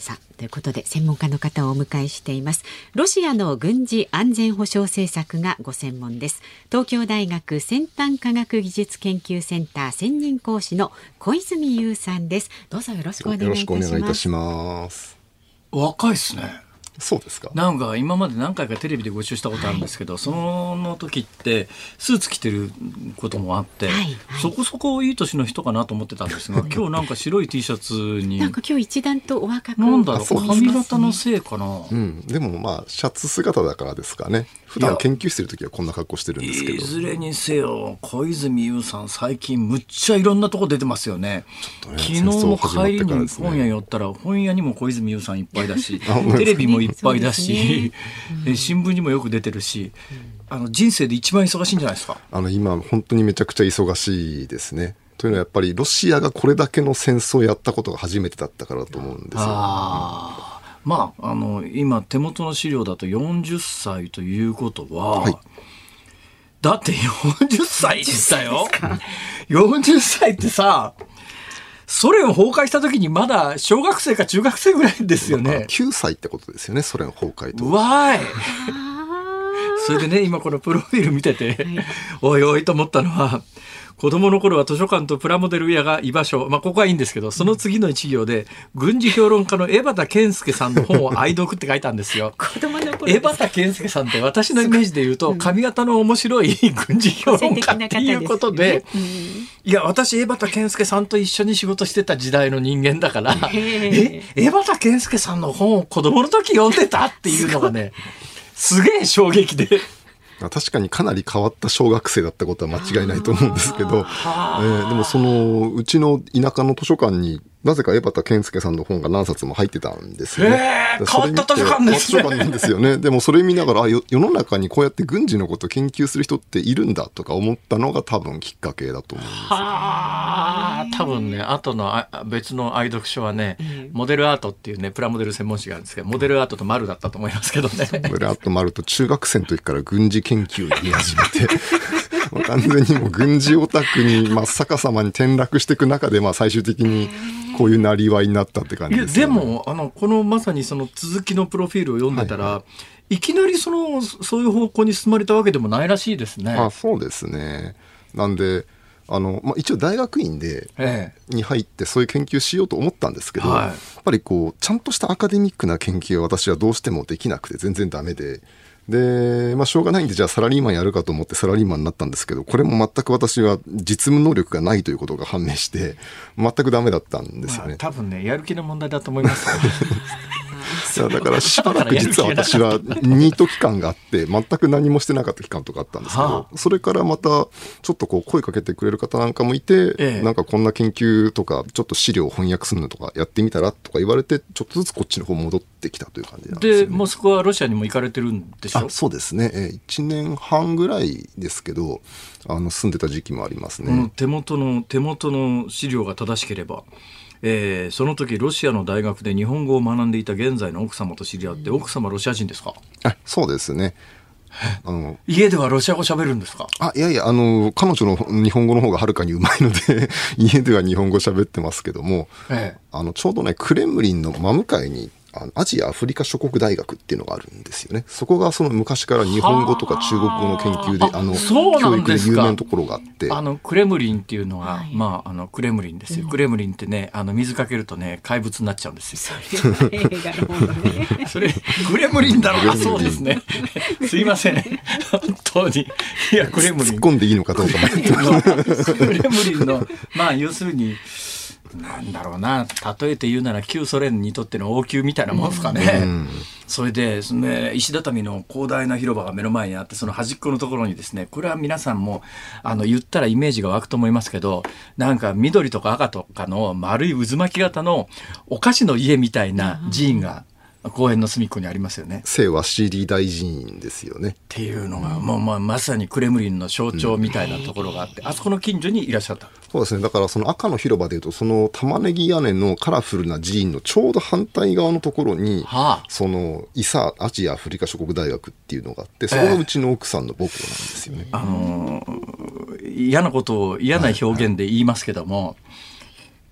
ということで専門家の方をお迎えしています。ロシアの軍事安全保障政策がご専門です。東京大学先端科学技術研究センター専任講師の小泉悠さんです。どうぞよろしくお願いいたします。 よろしくお願いいたします。 若いですね。 そうですか。 なんか今まで何回かテレビでご一緒したことあるんですけど、はい、その時ってスーツ着てることもあって、はいはい、そこそこいい年の人かなと思ってたんですが、今日なんか白い T シャツになんか今日一段とお若く、 なんだろう、髪型のせいかな、 うん、でもまあシャツ姿だからですかね。普段研究してる時はこんな格好してるんですけど、 いずれにせよ小泉悠さん最近むっちゃいろんなとこ出てますよね。ちょっとね、昨日も帰りに本屋寄ったら本屋にも小泉悠さんいっぱいだしテレビもいっぱいだし、ね、うん、新聞にもよく出てるし、あの人生で一番忙しいんじゃないですか。 あの今本当にめちゃくちゃ忙しいですね。というのはやっぱりロシアがこれだけの戦争をやったことが初めてだったからだと思うんですよ。 あ、まあ、あの今手元の資料だとよんじゅっさいということは、はい、だってよんじゅっさいでしたよ。よんじゅっさいってさ、ソ連崩壊した時にまだ小学生か中学生ぐらいですよね。 きゅうさいってことですよね、ソ連崩壊と。 うわーい。それでね、今このプロフィール見てて、はい、おいおいと思ったのは、子供の頃は図書館とプラモデル屋が居場所、まあ、ここはいいんですけど、その次の一行で軍事評論家の江端健介さんの本を愛読って書いたんですよ。 子供の頃江端健介さんって私のイメージで言うと髪型の面白い軍事評論家っていうことで、いや私江端健介さんと一緒に仕事してた時代の人間だからえ江端健介さんの本を子供の時読んでたっていうのがねすげえ衝撃で、 確かにかなり変わった小学生だったことは間違いないと思うんですけど、えー、でもそのうちの田舎の図書館になぜか江端健介さんの本が何冊も入ってたんですよね。 変わった図書館ですね。 図書館なんですよね。でもそれ見ながらあ世の中にこうやって軍事のことを研究する人っているんだとか思ったのが多分きっかけだと思うんですよ。 はあ、多分ね、後のあ別の愛読書はね、うん、モデルアートっていうねプラモデル専門誌があるんですけど、モデルアートと丸だったと思いますけどね。 モデルアート丸と中学生の時から軍事研究に始めてもう完全にもう軍事オタクに真っ逆さまに転落していく中で、まあ、最終的にこういうなりわいになったって感じですよね。 いやでもあのこのまさにその続きのプロフィールを読んでたら、はいはい、いきなりそのそういう方向に進まれたわけでもないらしいですね。 あ、そうですね。なんであの、まあ、一応大学院で、ええ、に入ってそういう研究しようと思ったんですけど、はい、やっぱりこうちゃんとしたアカデミックな研究は私はどうしてもできなくて全然ダメで、で、まあ、しょうがないんでじゃあサラリーマンやるかと思ってサラリーマンになったんですけど、これも全く私は実務能力がないということが判明して全くダメだったんですよね。まあ、 多分ねやる気の問題だと思いますだからしばらく実は私はニート期間があって全く何もしてなかった期間とかあったんですけど、はあ、それからまたちょっとこう声かけてくれる方なんかもいて、ええ、なんかこんな研究とかちょっと資料を翻訳するのとかやってみたらとか言われてちょっとずつこっちの方戻ってきたという感じなんですよね。 でモスクワロシアにも行かれてるんでしょ。 あ、そうですね、いちねんはんぐらいですけどあの住んでた時期もありますね。 この手元の手元の資料が正しければ、えー、その時ロシアの大学で日本語を学んでいた現在の奥様と知り合って、奥様ロシア人ですか。 あ、そうですね。 あの家ではロシア語喋るんですか。 あ、いやいや、あの彼女の日本語の方がはるかにうまいので家では日本語喋ってますけども、ええ、あのちょうどねクレムリンの真向かいにあのアジア・アフリカ諸国大学っていうのがあるんですよね。そこがその昔から日本語とか中国語の研究であの教育で有名なところがあって、 あのクレムリンっていうのは、はい、まあ、あのクレムリンですよ、うん、クレムリンってねあの水かけるとね怪物になっちゃうんですよ。それ映画の方ねそれクレムリンだろう。あ、そうですねすいません本当に。いやクレムリン突っ込んでいいのかどうか迷ってますクレムリンのまあ要するになんだろうな、例えて言うなら旧ソ連にとっての王宮みたいなもんですかね、うん、それでその、ね、石畳の広大な広場が目の前にあって、その端っこのところにですね、これは皆さんもあの言ったらイメージが湧くと思いますけど、なんか緑とか赤とかの丸い渦巻き型のお菓子の家みたいな寺院が公園の隅っこにありますよね。 聖ワシリ大寺院ですよねっていうのが、もうまあまさにクレムリンの象徴みたいなところがあって、うん、あそこの近所にいらっしゃった。 そうですね。だからその赤の広場でいうと、その玉ねぎ屋根のカラフルな寺院のちょうど反対側のところに、はあ、そのイサアジア・アフリカ諸国大学っていうのがあって、そこがうちの奥さんの母校なんですよね。 えー、あのー、嫌なことを嫌な表現で言いますけども、はい、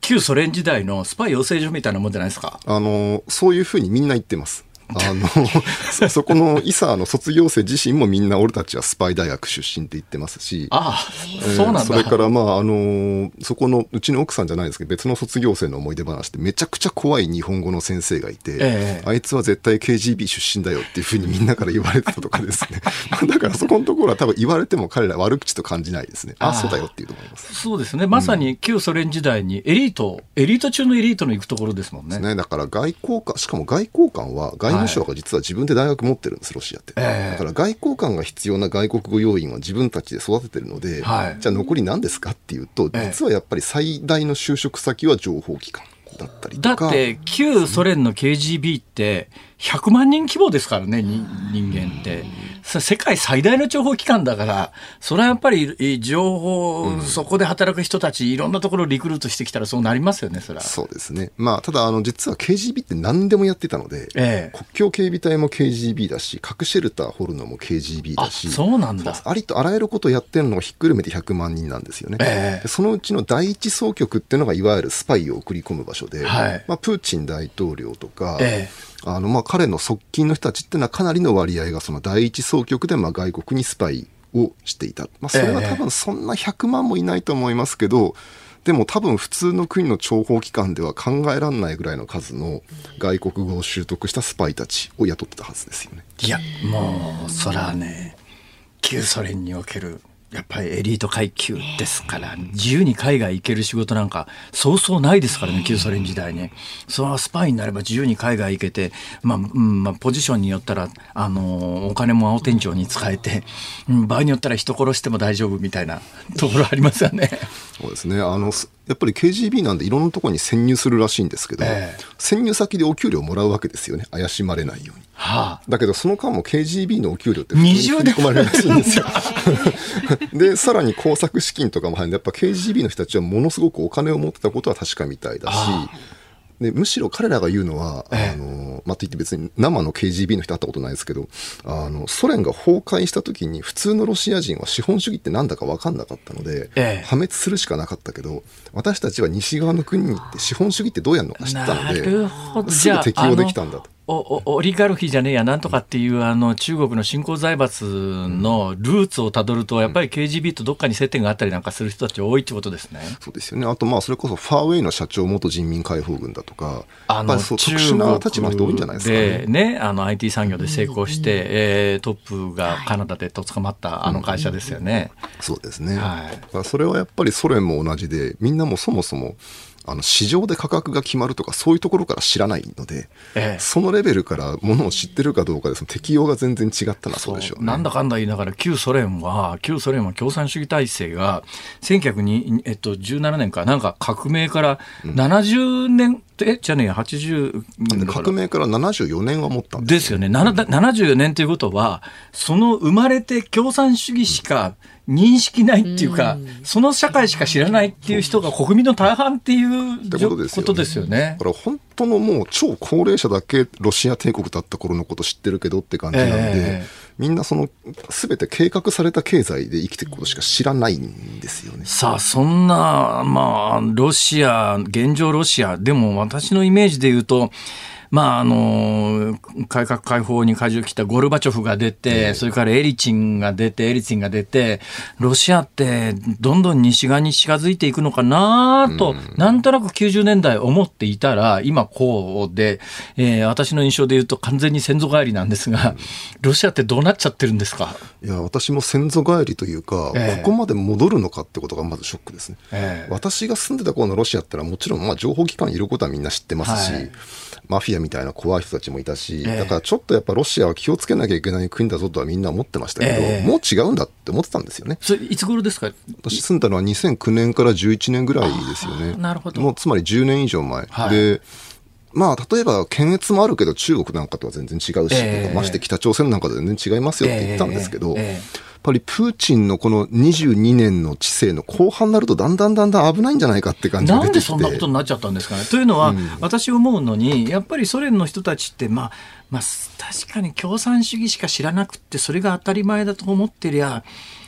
旧ソ連時代のスパイ養成所みたいなもんじゃないですか。 あのそういうふうにみんな言ってます。あのそ, そこのイサーの卒業生自身もみんな俺たちはスパイ大学出身って言ってますし、 ああ、えー、そうなんだ。 それからまああのそこのうちの奥さんじゃないですけど別の卒業生の思い出話でめちゃくちゃ怖い日本語の先生がいて、えー、あいつは絶対 ケージービー 出身だよっていうふうにみんなから言われてたとかですねだからそこのところは多分言われても彼ら悪口と感じないですね。ああそうだよっていうと思います。 そうですね。まさに旧ソ連時代にエリート、うん、エリート中のエリートの行くところですもん ね, ね。だから外交官しかも外交官は外務省が実は自分で大学持ってるんです、ロシアって、えー、だから外交官が必要な外国語要員は自分たちで育ててるので、はい、じゃあ残り何ですかっていうと、実はやっぱり最大の就職先は情報機関だったりとか。 だって旧ソ連の ケージービー ってひゃくまんにん規模ですからね。人間って世界最大の情報機関だから、それはやっぱり情報、うん、そこで働く人たちいろんなところをリクルートしてきたらそうなりますよね。それはそうですね。まあただあの実は ケージービー って何でもやってたので、ええ、国境警備隊も ケージービー だし、核シェルター掘るのも ケージービー だし、 あ、そうなんだ。 ありとあらゆることをやってるのがひっくるめてひゃくまんにんなんですよね、ええ、でそのうちの第一総局っていうのがいわゆるスパイを送り込む場所で、はい、まあ、プーチン大統領とか、ええ、あのまあ彼の側近の人たちっていうのはかなりの割合がその第一総局でまあ外国にスパイをしていた、まあ、それは多分そんなひゃくまんもいないと思いますけど、でも多分普通の国の諜報機関では考えられないぐらいの数の外国語を習得したスパイたちを雇ってたはずですよね。 いやもうそらね、旧ソ連におけるやっぱりエリート階級ですから、自由に海外行ける仕事なんかそうそうないですからね。旧ソ連時代にそのスパイになれば自由に海外行けて、まあうんまあ、ポジションによったらあのお金も青天井に使えて、うん、場合によったら人殺しても大丈夫みたいなところありますよね。 そうですね。あのやっぱり ケージービー なんでいろんなところに潜入するらしいんですけど、えー、潜入先でお給料もらうわけですよね。怪しまれないように、はあ、だけどその間も ケージービー のお給料って普通に振り込まれるらしいんですよでさらに工作資金とかも入るんで、やっぱ ケージービー の人たちはものすごくお金を持ってたことは確かみたいだし、でむしろ彼らが言うのは、ええ、あのまあ、といって別に生の ケージービー の人会ったことないですけど、あのソ連が崩壊した時に普通のロシア人は資本主義ってなんだか分かんなかったので、ええ、破滅するしかなかったけど、私たちは西側の国に行って資本主義ってどうやるのか知ったので、すぐ適用できたんだと。 おおオリガルヒじゃねえやなんとかっていうあの中国の新興財閥のルーツをたどると、やっぱり ケージービー とどっかに接点があったりなんかする人たち多いってことですね。 そうですよね。あとまあそれこそファーウェイの社長元人民解放軍だとか、あのそう特殊な立場の人多いんじゃないですかね。 でね、あの アイティー 産業で成功して、うん、えー、トップがカナダでと捕まったあの会社ですよね、 うんうん、そうですね、はい、だからそれはやっぱりソ連も同じで、みんなもそもそもあの市場で価格が決まるとかそういうところから知らないので、ええ、そのレベルからものを知ってるかどうかでその適用が全然違ったらそうでしょうね。 なんだかんだ言いながら旧ソ連は旧ソ連は共産主義体制がせんきゅうひゃくじゅうななねんかなんか革命からななじゅうねん、うん、えじゃねえはちじゅう革命からななじゅうよねんは持ったんですよね。ななじゅうよねんということはその生まれて共産主義しか認識ないっていうか、うん、その社会しか知らないっていう人が国民の大半っていうことですよね。 だから本当のもう超高齢者だけロシア帝国だった頃のこと知ってるけどって感じなんで、えー、みんなその全て計画された経済で生きていくことしか知らないんですよね。 さあそんなまあロシア現状ロシアでも私のイメージで言うと、まああの改革開放に舵を切ったゴルバチョフが出て、うん、それからエリチンが出てエリツィンが出て、ロシアってどんどん西側に近づいていくのかなと、うん、なんとなくきゅうじゅうねんだい思っていたら今こうで、えー、私の印象で言うと完全に先祖返りなんですが、うん、ロシアってどうなっちゃってるんですか。 いや私も先祖返りというか、えー、ここまで戻るのかってことがまずショックですね、えー、私が住んでた頃のロシアってのはもちろんまあ情報機関いることはみんな知ってますし、はい、マフィアみたいな怖い人たちもいたし、だからちょっとやっぱロシアは気をつけなきゃいけない国だぞとはみんな思ってましたけど、えー、もう違うんだって思ってたんですよね。 それいつ頃ですか。 私住んだのはにせんきゅうねんからじゅういちねんぐらいですよね。 なるほど。 もうつまりじゅうねん以上前、はい、でまあ例えば検閲もあるけど中国なんかとは全然違うし、えー、まして北朝鮮なんかと全然違いますよって言ったんですけど、えーえーやっぱりプーチンのこのにじゅうにねんの治世の後半になるとだんだんだんだん危ないんじゃないかって感じが出てきて、 なんでそんなことになっちゃったんですかね。というのは、うん、私思うのにやっぱりソ連の人たちって、まあまあ、確かに共産主義しか知らなくってそれが当たり前だと思ってりゃ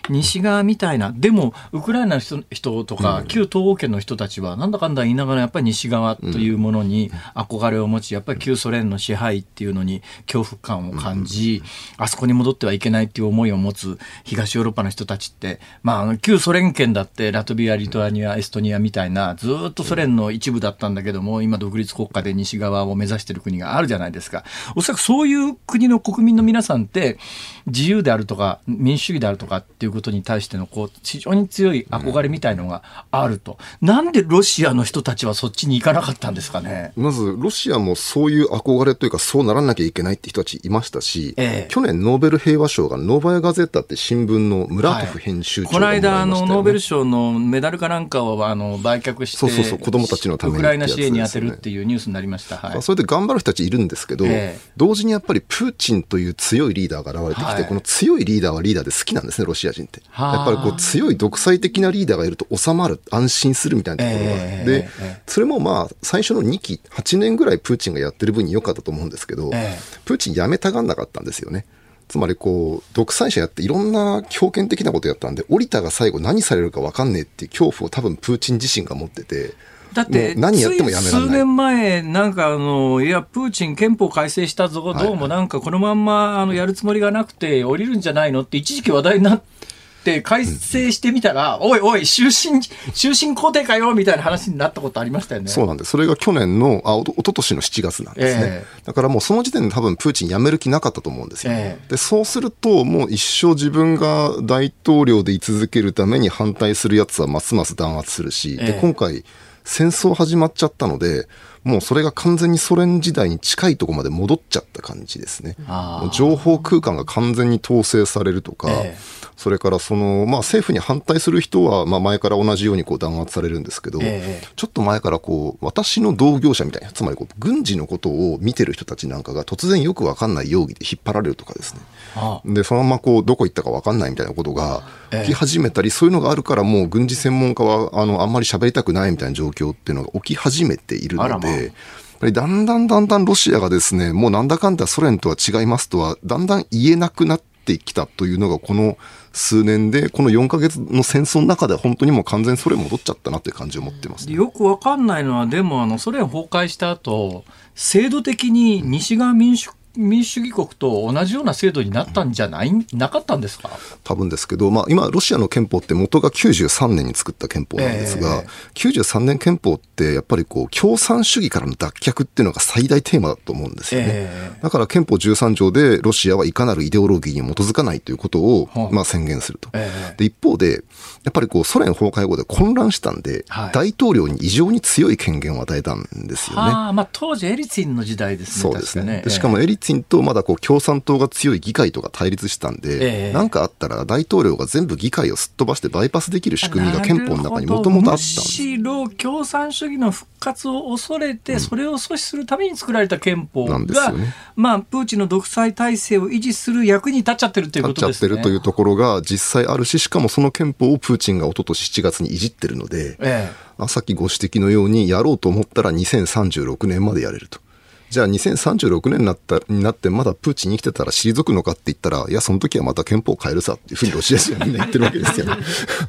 西側みたいな、でもウクライナの 人, 人とか旧東欧圏の人たちはなんだかんだ言いながらやっぱり西側というものに憧れを持ち、やっぱり旧ソ連の支配っていうのに恐怖感を感じ、あそこに戻ってはいけないっていう思いを持つ東ヨーロッパの人たちって、まあ、旧ソ連圏だってラトビア、リトアニア、エストニアみたいなずっとソ連の一部だったんだけども、今独立国家で西側を目指している国があるじゃないですか。おそらくそういう国の国民の皆さんって自由であるとか民主主義であるとかっていうことに対してのこう非常に強い憧れみたいのがあると、うん、なんでロシアの人たちはそっちに行かなかったんですかね。 まずロシアもそういう憧れというか、そうならなきゃいけないって人たちいましたし、ええ、去年ノーベル平和賞がノーバヤガゼッタって新聞のムラートフ編集長がもらいましたよね。 はい、この間あのノーベル賞のメダルかなんかをあの売却して、 そうそうそう、子供たちのためにウクライナ支援に充てるっていうニュースになりました。はい、 それで頑張る人たちいるんですけど、ええ、同時にやっぱりプーチンという強いリーダーが現れてきて、はい、この強いリーダーはリーダーで好きなんですね、ロシア人って。やっぱりこう強い独裁的なリーダーがいると収まる、安心するみたいなところが、えー、で、えー、それもまあ最初のにきはちねんぐらいプーチンがやってる分に良かったと思うんですけど、えー、プーチンやめたがんなかったんですよね。つまりこう独裁者やっていろんな強権的なことやったんで、降りたが最後何されるか分かんねえっていう恐怖を多分プーチン自身が持ってて、 だって何やってもやめられない。 数年前なんかあのいやプーチン憲法改正したぞ、どうもなんかこのまんまあのやるつもりがなくて降りるんじゃないのって一時期話題になって改正してみたら、うん、おいおい終身終身皇帝かよみたいな話になったことありましたよね。 そうなんです。それが去年のあおと一昨年のしちがつなんですね、えー、だからもうその時点で多分プーチン辞める気なかったと思うんですよ、えー、でそうするともう一生自分が大統領で居続けるために反対するやつはますます弾圧するし、えー、で今回戦争始まっちゃったので、もうそれが完全にソ連時代に近いところまで戻っちゃった感じですね。もう情報空間が完全に統制されるとか、ええ、それからその、まあ、政府に反対する人は、まあ、前から同じようにこう弾圧されるんですけど、ええ、ちょっと前からこう私の同業者みたいな、つまりこう軍事のことを見てる人たちなんかが突然よく分かんない容疑で引っ張られるとかですね。ああでそのままこうどこ行ったか分かんないみたいなことが起き始めたり、ええ、そういうのがあるからもう軍事専門家はあのあんまり喋りたくないみたいな状況っていうのが起き始めているので、やっぱりだんだんだんだんロシアがですね、もうなんだかんだソ連とは違いますとはだんだん言えなくなってきたというのがこの数年で、このよんかげつの戦争の中では本当にもう完全にソ連戻っちゃったなという感じを持ってます、ね、 よくわかんないのは、でもあのソ連崩壊した後制度的に西側民主民主主義国と同じような制度になったんじゃない、なかったんですか？ 多分ですけど、まあ、今ロシアの憲法って元がきゅうじゅうさんねんに作った憲法なんですが、えー、きゅうじゅうさんねん憲法ってやっぱりこう共産主義からの脱却っていうのが最大テーマだと思うんですよね、えー、だから憲法じゅうさんじょうでロシアはいかなるイデオロギーに基づかないということを、まあ、宣言すると、えー、で一方でやっぱりこうソ連崩壊後で混乱したんで、はい、大統領に異常に強い権限を与えたんですよね。 あ、まあ、当時エリツィンの時代ですね。 そうですね。でしかもエリツィンとまだこう共産党が強い議会とか対立したんで、何、えー、かあったら大統領が全部議会をすっ飛ばしてバイパスできる仕組みが憲法の中にもともとあったんです。むしろ共産主義の復活を恐れて、うん、それを阻止するために作られた憲法が、ね、まあ、プーチンの独裁体制を維持する役に立っちゃってるということですね。立っちゃってるというところが実際あるし、しかもその憲法をプーチンが一昨年しちがつにいじってるので、えー、さっきご指摘のようにやろうと思ったらにせんさんじゅうろくねんまでやれると。じゃあにせんさんじゅうろくねんになった、になってまだプーチンに生きてたら退くのかって言ったら、いやその時はまた憲法変えるさっていうふうにロシア人はみんな言ってるわけですよね。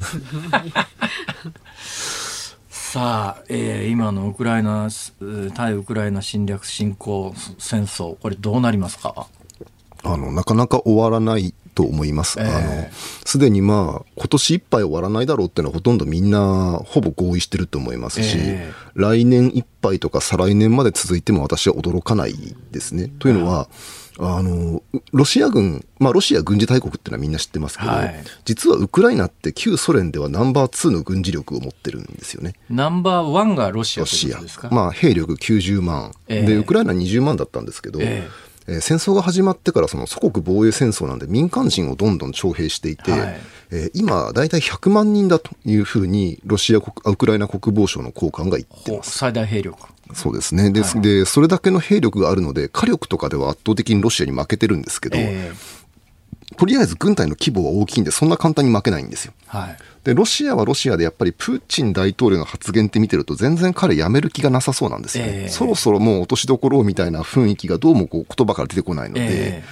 さあ、えー、今のウクライナ対ウクライナ侵略侵攻戦争、これどうなりますか？ あのなかなか終わらないと思います。えー、あのすでにまあ今年いっぱい終わらないだろうっていうのはほとんどみんなほぼ合意してると思いますし、えー、来年いっぱいとか再来年まで続いても私は驚かないですね。というのは、あのロシア軍、まあ、ロシア軍事大国っていうのはみんな知ってますけど、はい、実はウクライナって旧ソ連ではナンバーツーの軍事力を持ってるんですよね。 ナンバーワンがロシアということですか？ まあ、兵力きゅうじゅうまん、えー、でウクライナにじゅうまんだったんですけど、えーえー、戦争が始まってからその祖国防衛戦争なんで民間人をどんどん徴兵していて、はい、えー、今だいたいひゃくまんにんだというふうにロシア国ウクライナ国防省の高官が言ってます。 最大兵力。 そうですね。で、はい、でそれだけの兵力があるので火力とかでは圧倒的にロシアに負けてるんですけど、えー、とりあえず軍隊の規模は大きいんでそんな簡単に負けないんですよ、はい、でロシアはロシアでやっぱりプーチン大統領の発言って見てると全然彼辞める気がなさそうなんですよね、えー、そろそろもう落としどころみたいな雰囲気がどうもこう言葉から出てこないので、えー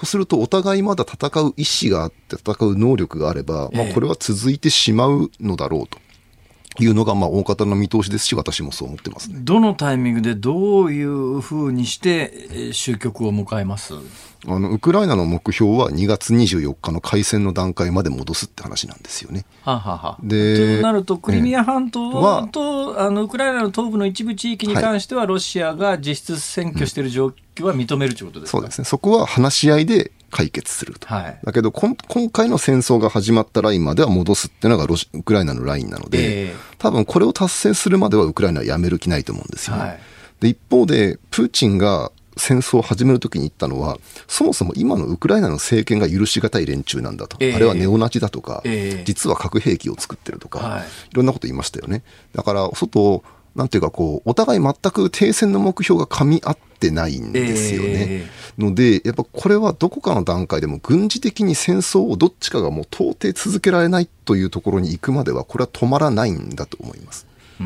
とするとお互いまだ戦う意思があって戦う能力があれば、まあ、これは続いてしまうのだろうというのがまあ大方の見通しですし、私もそう思ってますね。 どのタイミングでどういうふうにして終局を迎えます？ あのウクライナの目標はにがつにじゅうよっかの開戦の段階まで戻すって話なんですよね。 はははでとなるとクリミア半島はとあのウクライナの東部の一部地域に関してはロシアが実質占拠している状況は認めるということですか？ そうですね。そこは話し合いで解決すると、はい、だけどこん今回の戦争が始まったラインまでは戻すっていうのがロシウクライナのラインなので、えー、多分これを達成するまではウクライナはやめる気ないと思うんですよね、はい、で一方でプーチンが戦争を始めるときに言ったのは、そもそも今のウクライナの政権が許し難い連中なんだと、えー、あれはネオナチだとか、えー、実は核兵器を作ってるとか、はい、いろんなこと言いましたよね。だから外なんていうかこうお互い全く停戦の目標が噛み合ってないんですよね、えー、のでやっぱこれはどこかの段階でも軍事的に戦争をどっちかがもう到底続けられないというところに行くまではこれは止まらないんだと思います、うん、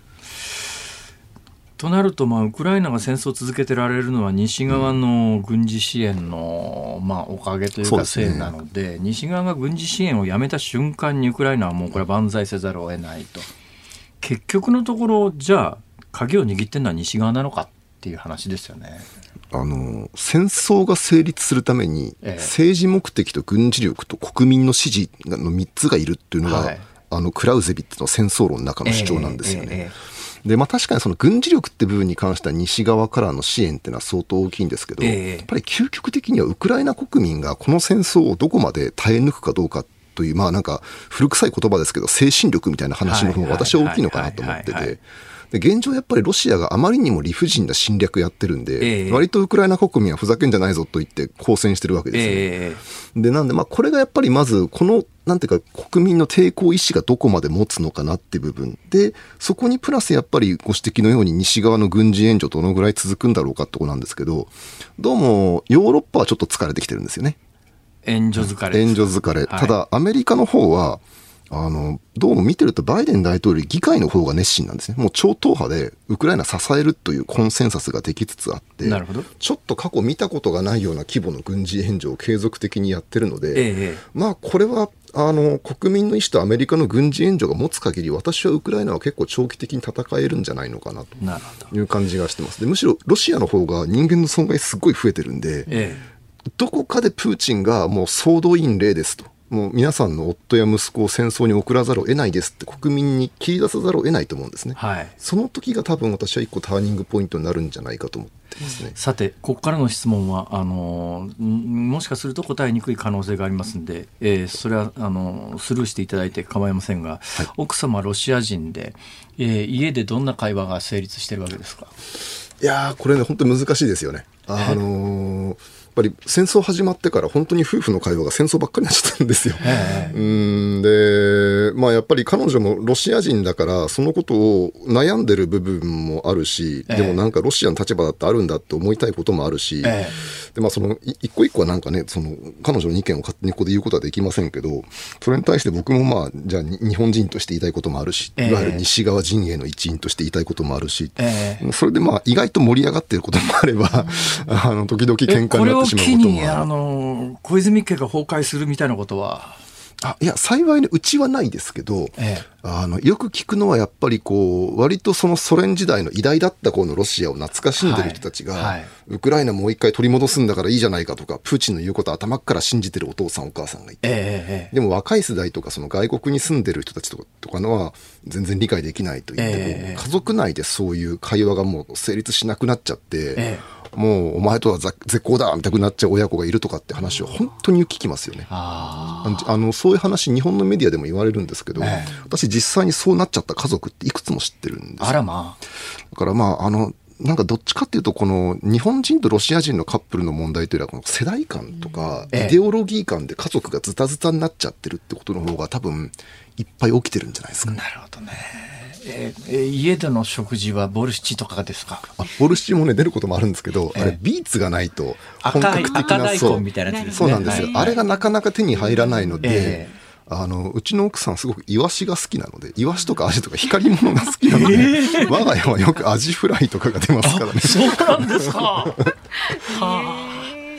となると、まあ、ウクライナが戦争を続けてられるのは西側の軍事支援の、まあ、おかげというかせいなの で, で、ね、西側が軍事支援をやめた瞬間にウクライナはもうこれは万歳せざるを得ないと。結局のところじゃあ鍵を握ってるのは西側なのかっていう話ですよね。 あの戦争が成立するために、ええ、政治目的と軍事力と国民の支持のみっつがいるっていうのが、はい、あのクラウゼビッツの戦争論の中の主張なんですよね、ええええでまあ、確かにその軍事力って部分に関しては西側からの支援っていうのは相当大きいんですけど、ええ、やっぱり究極的にはウクライナ国民がこの戦争をどこまで耐え抜くかどうかという、まあなんか古臭い言葉ですけど精神力みたいな話の方が私は大きいのかなと思ってて、で現状やっぱりロシアがあまりにも理不尽な侵略やってるんで、えー、割とウクライナ国民はふざけんじゃないぞと言って抗戦してるわけですよね、えー、でなんでまあこれがやっぱりまずこのなんていうか国民の抵抗意志がどこまで持つのかなっていう部分で、そこにプラスやっぱりご指摘のように西側の軍事援助どのぐらい続くんだろうかってところなんですけど、どうもヨーロッパはちょっと疲れてきてるんですよね。 援助疲れ。 援助疲れ。ただ、アメリカの方は、あの、どうも見てるとバイデン大統領議会の方が熱心なんですね。もう超党派でウクライナ支えるというコンセンサスができつつあって、なるほど。ちょっと過去見たことがないような規模の軍事援助を継続的にやってるので、ええ、まあこれは、あの、国民の意思とアメリカの軍事援助が持つ限り、私はウクライナは結構長期的に戦えるんじゃないのかなという感じがしてます。で、むしろロシアの方が人間の損害すごい増えてるんで、ええ、どこかでプーチンがもう総動員令ですと、もう皆さんの夫や息子を戦争に送らざるを得ないですって国民に切り出さざるを得ないと思うんですね、はい、その時が多分私は一個ターニングポイントになるんじゃないかと思ってますね。 さてここからの質問はあのもしかすると答えにくい可能性がありますので、えー、それはあのスルーしていただいて構いませんが、はい、奥様ロシア人で、えー、家でどんな会話が成立しているわけですか？ いやーこれね本当に難しいですよね。あのーやっぱり戦争始まってから本当に夫婦の会話が戦争ばっかりになっちゃったんですよ。うんで、まあ、やっぱり彼女もロシア人だからそのことを悩んでる部分もあるし、でもなんかロシアの立場だってあるんだって思いたいこともあるし、で、まあ、その一個一個はなんかねその彼女の意見を勝手にここで言うことはできませんけど、それに対して僕もまあじゃあ日本人として言いたいこともあるし、いわゆる西側陣営の一員として言いたいこともあるし、それでまあ意外と盛り上がっていることもあればあの時々喧嘩になってしまうこともある。これを機にあの小泉家が崩壊するみたいなことはあいや幸いにうちはないですけど、ええ、あのよく聞くのはやっぱりこう割とそのソ連時代の偉大だった頃のロシアを懐かしんでる人たちが、はいはい、ウクライナもう一回取り戻すんだからいいじゃないかとかプーチンの言うことを頭から信じてるお父さんお母さんがいて、ええ、でも若い世代とかその外国に住んでる人たちとか、とかのは全然理解できないと言って、ええ、家族内でそういう会話がもう成立しなくなっちゃって、ええもうお前とは絶交だみたいになっちゃう親子がいるとかって話は本当に聞きますよね。ああのそういう話日本のメディアでも言われるんですけど、ええ、私実際にそうなっちゃった家族っていくつも知ってるんですよ。 あらまあ。 だからまああのなんかどっちかっていうとこの日本人とロシア人のカップルの問題というのはこの世代間とかイデオロギー間で家族がズタズタになっちゃってるってことの方が多分いっぱい起きてるんじゃないですかね。 なるほどね。えー、家での食事はボルシチとかですか？ あボルシチもね出ることもあるんですけど、えー、あれビーツがないと本格的な赤大根みたいなやつですね。 そうなんですよ、はい、あれがなかなか手に入らないので、えー、あのうちの奥さんすごくイワシが好きなのでイワシとかアジとか光り物が好きなので、えー、我が家はよくアジフライとかが出ますからね。 そうなんですかはあ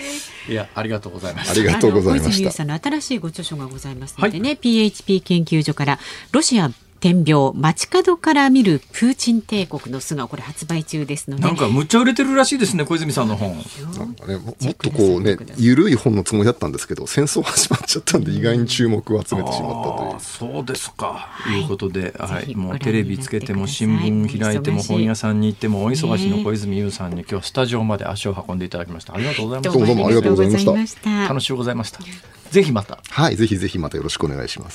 いや、ありがとうございました。 ありがとうございました。 小泉悠さんの新しいご著書がございますのでね、はい、ピーエイチピー 研究所からロシア天病街角から見るプーチン帝国の素顔、これ発売中ですので、 なんかむっちゃ売れてるらしいですね、小泉さんの本。 なんか、ね、も, もっとこうね緩い本のつもりだったんですけど、戦争始まっちゃったんで意外に注目を集めてしまったという。 あ、そうですか、はい、いうことで、はい、もうテレビつけても新聞開いても本屋さんに行ってもお忙しの小泉悠さんに今日スタジオまで足を運んでいただきました。ありがとうございました。 どうもありがとうございました。 楽しゅうございました。ぜひまた、 はい、ぜひぜひまたよろしくお願いします。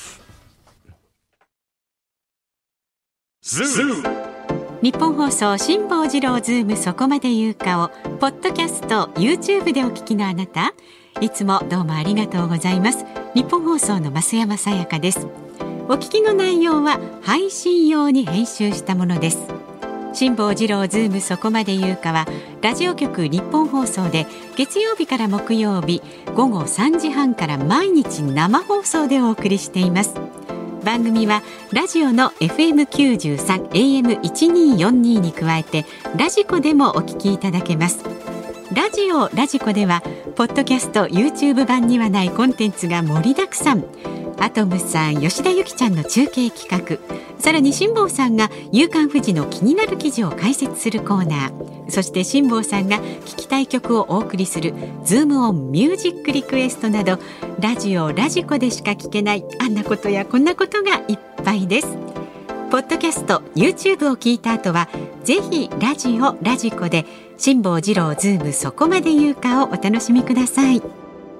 日本放送辛坊治郎ズームそこまで言うかをポッドキャスト YouTube でお聞きのあなた、いつもどうもありがとうございます。日本放送の増山さやかです。お聞きの内容は配信用に編集したものです。辛坊治郎ズームそこまで言うかはラジオ局日本放送で月曜日から木曜日午後さんじはんから毎日生放送でお送りしています。番組はラジオの エフエムきゅうじゅうさん エーエムせんにひゃくよんじゅうに に加えてラジコでもお聞きいただけます。ラジオラジコではポッドキャスト YouTube 版にはないコンテンツが盛りだくさん。アトムさん、吉田ゆきちゃんの中継企画、さらに辛坊さんが夕刊フジの気になる記事を解説するコーナー、そして辛坊さんが聞きたい曲をお送りするズームオンミュージックリクエストなど、ラジオラジコでしか聞けないあんなことやこんなことがいっぱいです。ポッドキャスト YouTube を聞いた後はぜひラジオラジコで辛坊治郎ズームそこまで言うかをお楽しみください。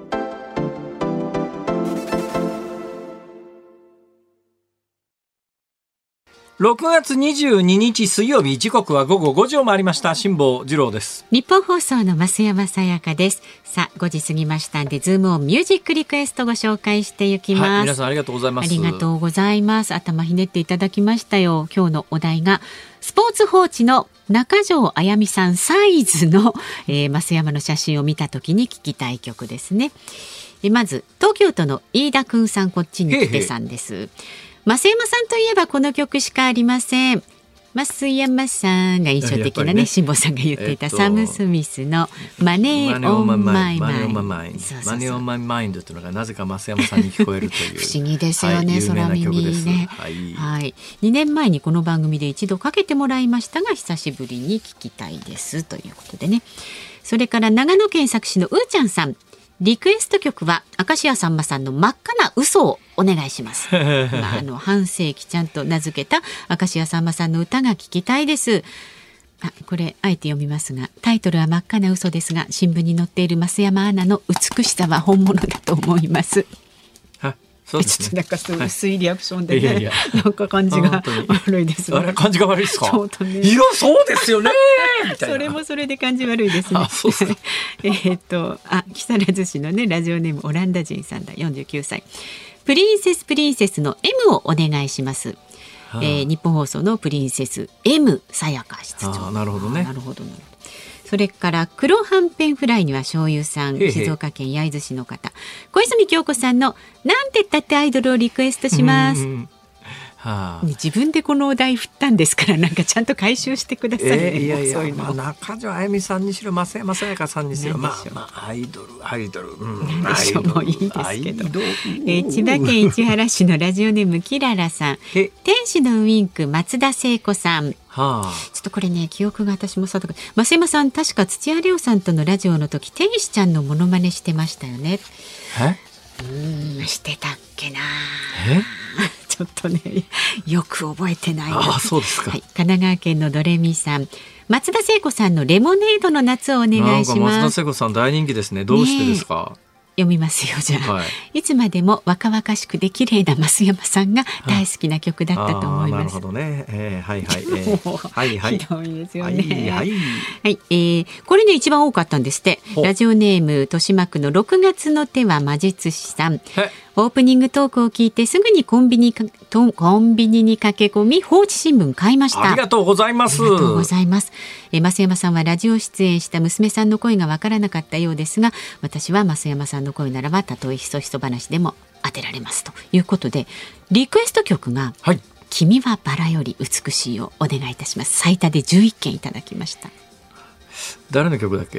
ろくがつにじゅうににち水曜日、時刻は午後ごじを回りました。辛坊治郎です。 日本放送の増山さやかです。さあごじ過ぎましたんで、ズームオンミュージックリクエストご紹介していきます、 はい、皆さんありがとうございます。 ありがとうございます。頭ひねっていただきましたよ。今日のお題がスポーツ報知の中条あやみさんサイズの、えー、増山の写真を見た時に聞きたい曲ですね。えまず東京都の飯田くんさん、こっちに来てさんです。へーへー、増山さんといえばこの曲しかありません。増山さんが印象的なね、辛坊さんが言っていた、えっと、サム・スミスのマネー・オン・マイ・マインド。マネー・オン・マイ・マインドというのがなぜか増山さんに聞こえるという不思議ですよね、はい、空耳ね、はいはい、にねんまえにこの番組で一度かけてもらいましたが、久しぶりに聞きたいですということでね。それから長野県佐久市のうーちゃんさん、リクエスト曲は明石家さんまさんの真っ赤な嘘をお願いします。まあ、あの半世紀ちゃんと名付けた明石家さんまさんの歌が聞きたいです。あ、これあえて読みますが、タイトルは真っ赤な嘘ですが、新聞に載っている増山アナの美しさは本物だと思います。そうですね、ちょっとなんかそう薄いリアクションでね、はい、いやいやなんか感じが悪いですね。あれ感じが悪いですか。そうとね、いやそうですよねみたいな。それもそれで感じ悪いですね。あ、そうですえっとあ木更津市のねラジオネームオランダ人さんだ、よんじゅうきゅうさい。プリンセスプリンセスの エム をお願いします。はあ、えー、日本放送のプリンセス エム さやか室長。あ、なるほどね。なるほどなるほど。それから黒はんぺんフライには醤油さん、静岡県焼津市の方、小泉京子さんのなんてったってアイドルをリクエストします。はあ、自分でこのお題振ったんですから、なんかちゃんと回収してくださいね。えー、いやいや、そういうの、まあ、中条あやみさんにしろ増山さやかさんにしろ、まあ、まあアイドルアイドル、うん、なんでしょう、もういいですけど、えー、千葉県市原市のラジオネームキララさん、天使のウィンク松田聖子さん、はあ、ちょっとこれね記憶が私もさとか、増山さん確か土屋レオさんとのラジオの時天使ちゃんのモノマネしてましたよね。え、うーん、してたっけな。えちょっとねよく覚えてない。あ、そうですか。はい、神奈川県のドレミさん、松田聖子さんのレモネードの夏をお願いします。なんか松田聖子さん大人気ですね。どうしてですか。ね、読みますよ、じゃあ、はい、いつまでも若々しくで綺麗な増山さんが大好きな曲だったと思います。なるほどね、えー、はいはい、えー、はいはい、ひどいですよね。はいはい、はい、えー、これね一番多かったんですって。ラジオネーム豊島区のろくがつの手は魔術師さん、オープニングトークを聞いてすぐにコンビニかコンビニに駆け込み放置新聞買いました。ありがとうございます。ありがとうございます。え増山さんはラジオ出演した娘さんの声がわからなかったようですが、私は増山さんの声ならばたとえひそひそ話でも当てられますということで、リクエスト曲が、はい、君はバラより美しいをお願いいたします。最多でじゅういっけんいただきました。誰の曲だっけ。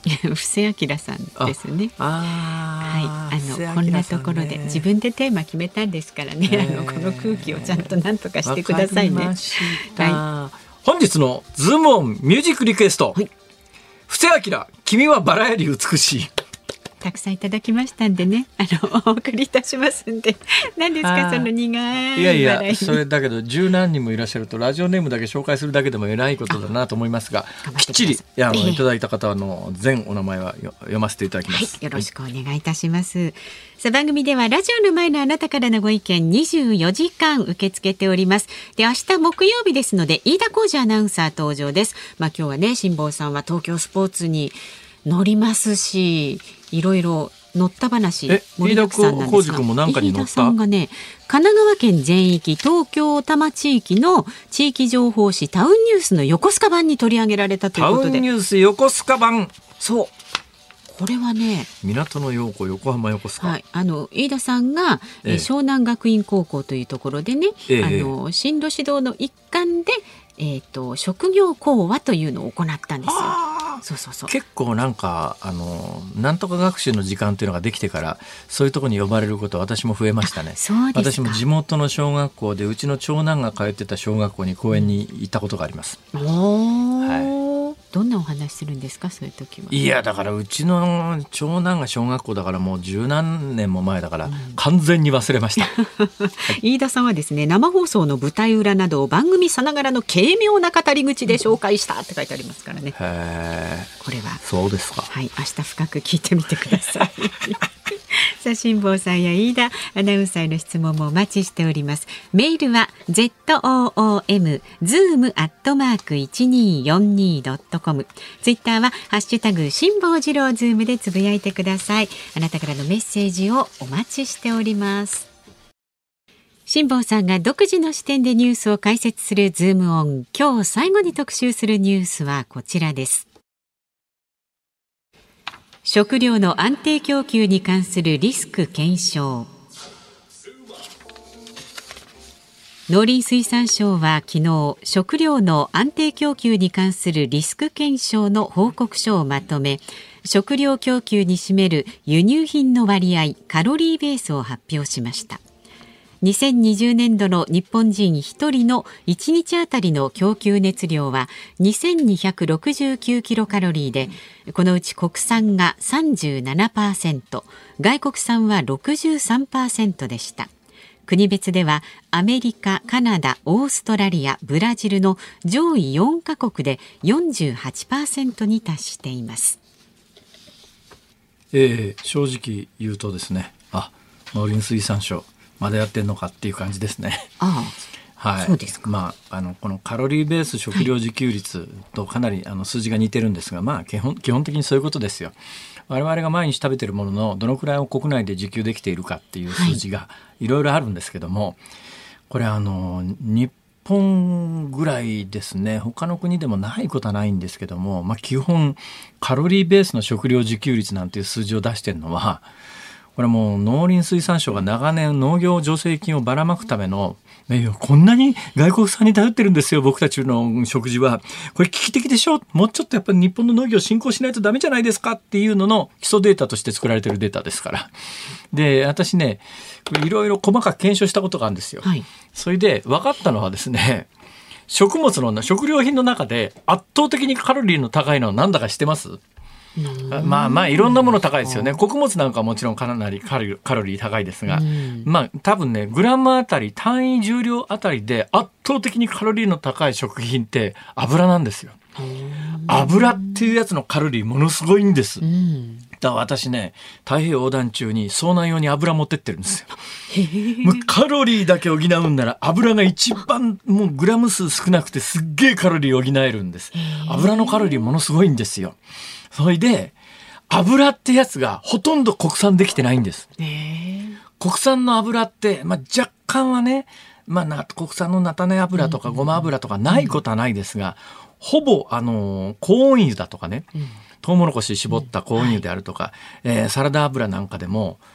布施明さんですね。 あ、 はい、あのこんなところで自分でテーマ決めたんですからね、あのこの空気をちゃんと何とかしてくださいね。 はい、本日のズームオンミュージックリクエスト、はい、布施明、君はバラより美しい。 たくさんいただきましたんでね、あのお送りいたしますんで。何ですかその苦い。 いやいや、それだけど十何人もいらっしゃるとラジオネームだけ紹介するだけでも偉いことだなと思いますが、きっちりいやあの、えー、いただいた方の全お名前は読ませていただきます、 はい、よろしくお願いいたします、はい。さあ番組ではラジオの前のあなたからのご意見にじゅうよじかん受け付けております。で、明日木曜日ですので飯田浩司アナウンサー登場です。まあ今日はね、辛坊さんは東京スポーツに乗りますし、いろいろ乗った話盛りだくさんなんですが、飯田さんがね、神奈川県全域、東京多摩地域の地域情報誌タウンニュースの横須賀版に取り上げられたということで。 タウンニュース横須賀版、 そう、これはね、 港の陽子横浜横須賀、 はい、あの飯田さんが、ええ、湘南学院高校というところでね、ええ、あの進路指導の一環で、えーと、職業講話というのを行ったんですよ。そうそうそう、 結構なんかあのなんとか学習の時間というのができてからそういうところに呼ばれること私も増えましたね。 そうですか。 私も地元の小学校でうちの長男が通ってた小学校に講演に行ったことがあります。 おー、はい、どんなお話するんですかそういう時は。 いやだからうちの長男が小学校だからもう十何年も前だから、うん、完全に忘れました、はい、 飯田さんはですね、生放送の舞台裏などを番組さながらの軽妙な語り口で紹介したって書いてありますからね。 へー、 これはそうですか。 はい、明日深く聞いてみてくださいさあ辛坊さんや飯田アナウンサーの質問もお待ちしております。メールは ズーム ズーム アットマーク いちにーよんにー ドットコム、 ツイッターはハッシュタグ辛坊治郎ズームでつぶやいてください。あなたからのメッセージをお待ちしております。辛坊さんが独自の視点でニュースを解説するズームオン。今日最後に特集するニュースはこちらです。食料の安定供給に関するリスク検証。農林水産省は昨日、食料の安定供給に関するリスク検証の報告書をまとめ、食料供給に占める輸入品の割合、カロリーベースを発表しました。にせんにじゅうねんどの日本人ひとりのいちにちあたりの供給熱量はにせんにひゃくろくじゅうきゅうキロカロリーで、このうち国産が さんじゅうななパーセント、外国産は ろくじゅうさんパーセント でした。国別ではアメリカ、カナダ、オーストラリア、ブラジルの上位よんカ国で よんじゅうはちパーセント に達しています。 えー、正直言うとですね、あ、農林水産省まだやってんのかっていう感じですね。 ああ、はい、そうですか。 まあ、あのこのカロリーベース食料自給率とかなりあの数字が似てるんですが、まあ基本、基本的にそういうことですよ。我々が毎日食べているもののどのくらいを国内で自給できているかっていう数字がいろいろあるんですけども、はい、これあの日本ぐらいですね、他の国でもないことはないんですけども、まあ、基本カロリーベースの食料自給率なんていう数字を出しているのは、これもう農林水産省が長年農業助成金をばらまくための、こんなに外国産に頼ってるんですよ僕たちの食事は、これ危機的でしょ、もうちょっとやっぱり日本の農業を振興しないとダメじゃないですかっていうのの基礎データとして作られてるデータですから。で、私ねいろいろ細かく検証したことがあるんですよ、はい、それで分かったのはですね、食物の食料品の中で圧倒的にカロリーの高いのは何だか知ってます？まあまあいろんなもの高いですよね。穀物なんかはもちろんかなりカロリー高いですが、まあ多分ねグラムあたり単位重量あたりで圧倒的にカロリーの高い食品って油なんですよ。油っていうやつのカロリーものすごいんです。だから私ね、太平洋横断中に遭難用に油持ってってるんですよ。もうカロリーだけ補うんなら油が一番もうグラム数少なくてすっげえカロリー補えるんです。油のカロリーものすごいんですよ。それで油ってやつがほとんど国産できてないんです。国産の油って、まあ、若干はね、まあ、国産の菜種油とかごま油とかないことはないですが、うん、ほぼあの高温油だとかね、うん、トウモロコシ絞った高温油であるとか、うんはいえー、サラダ油なんかでも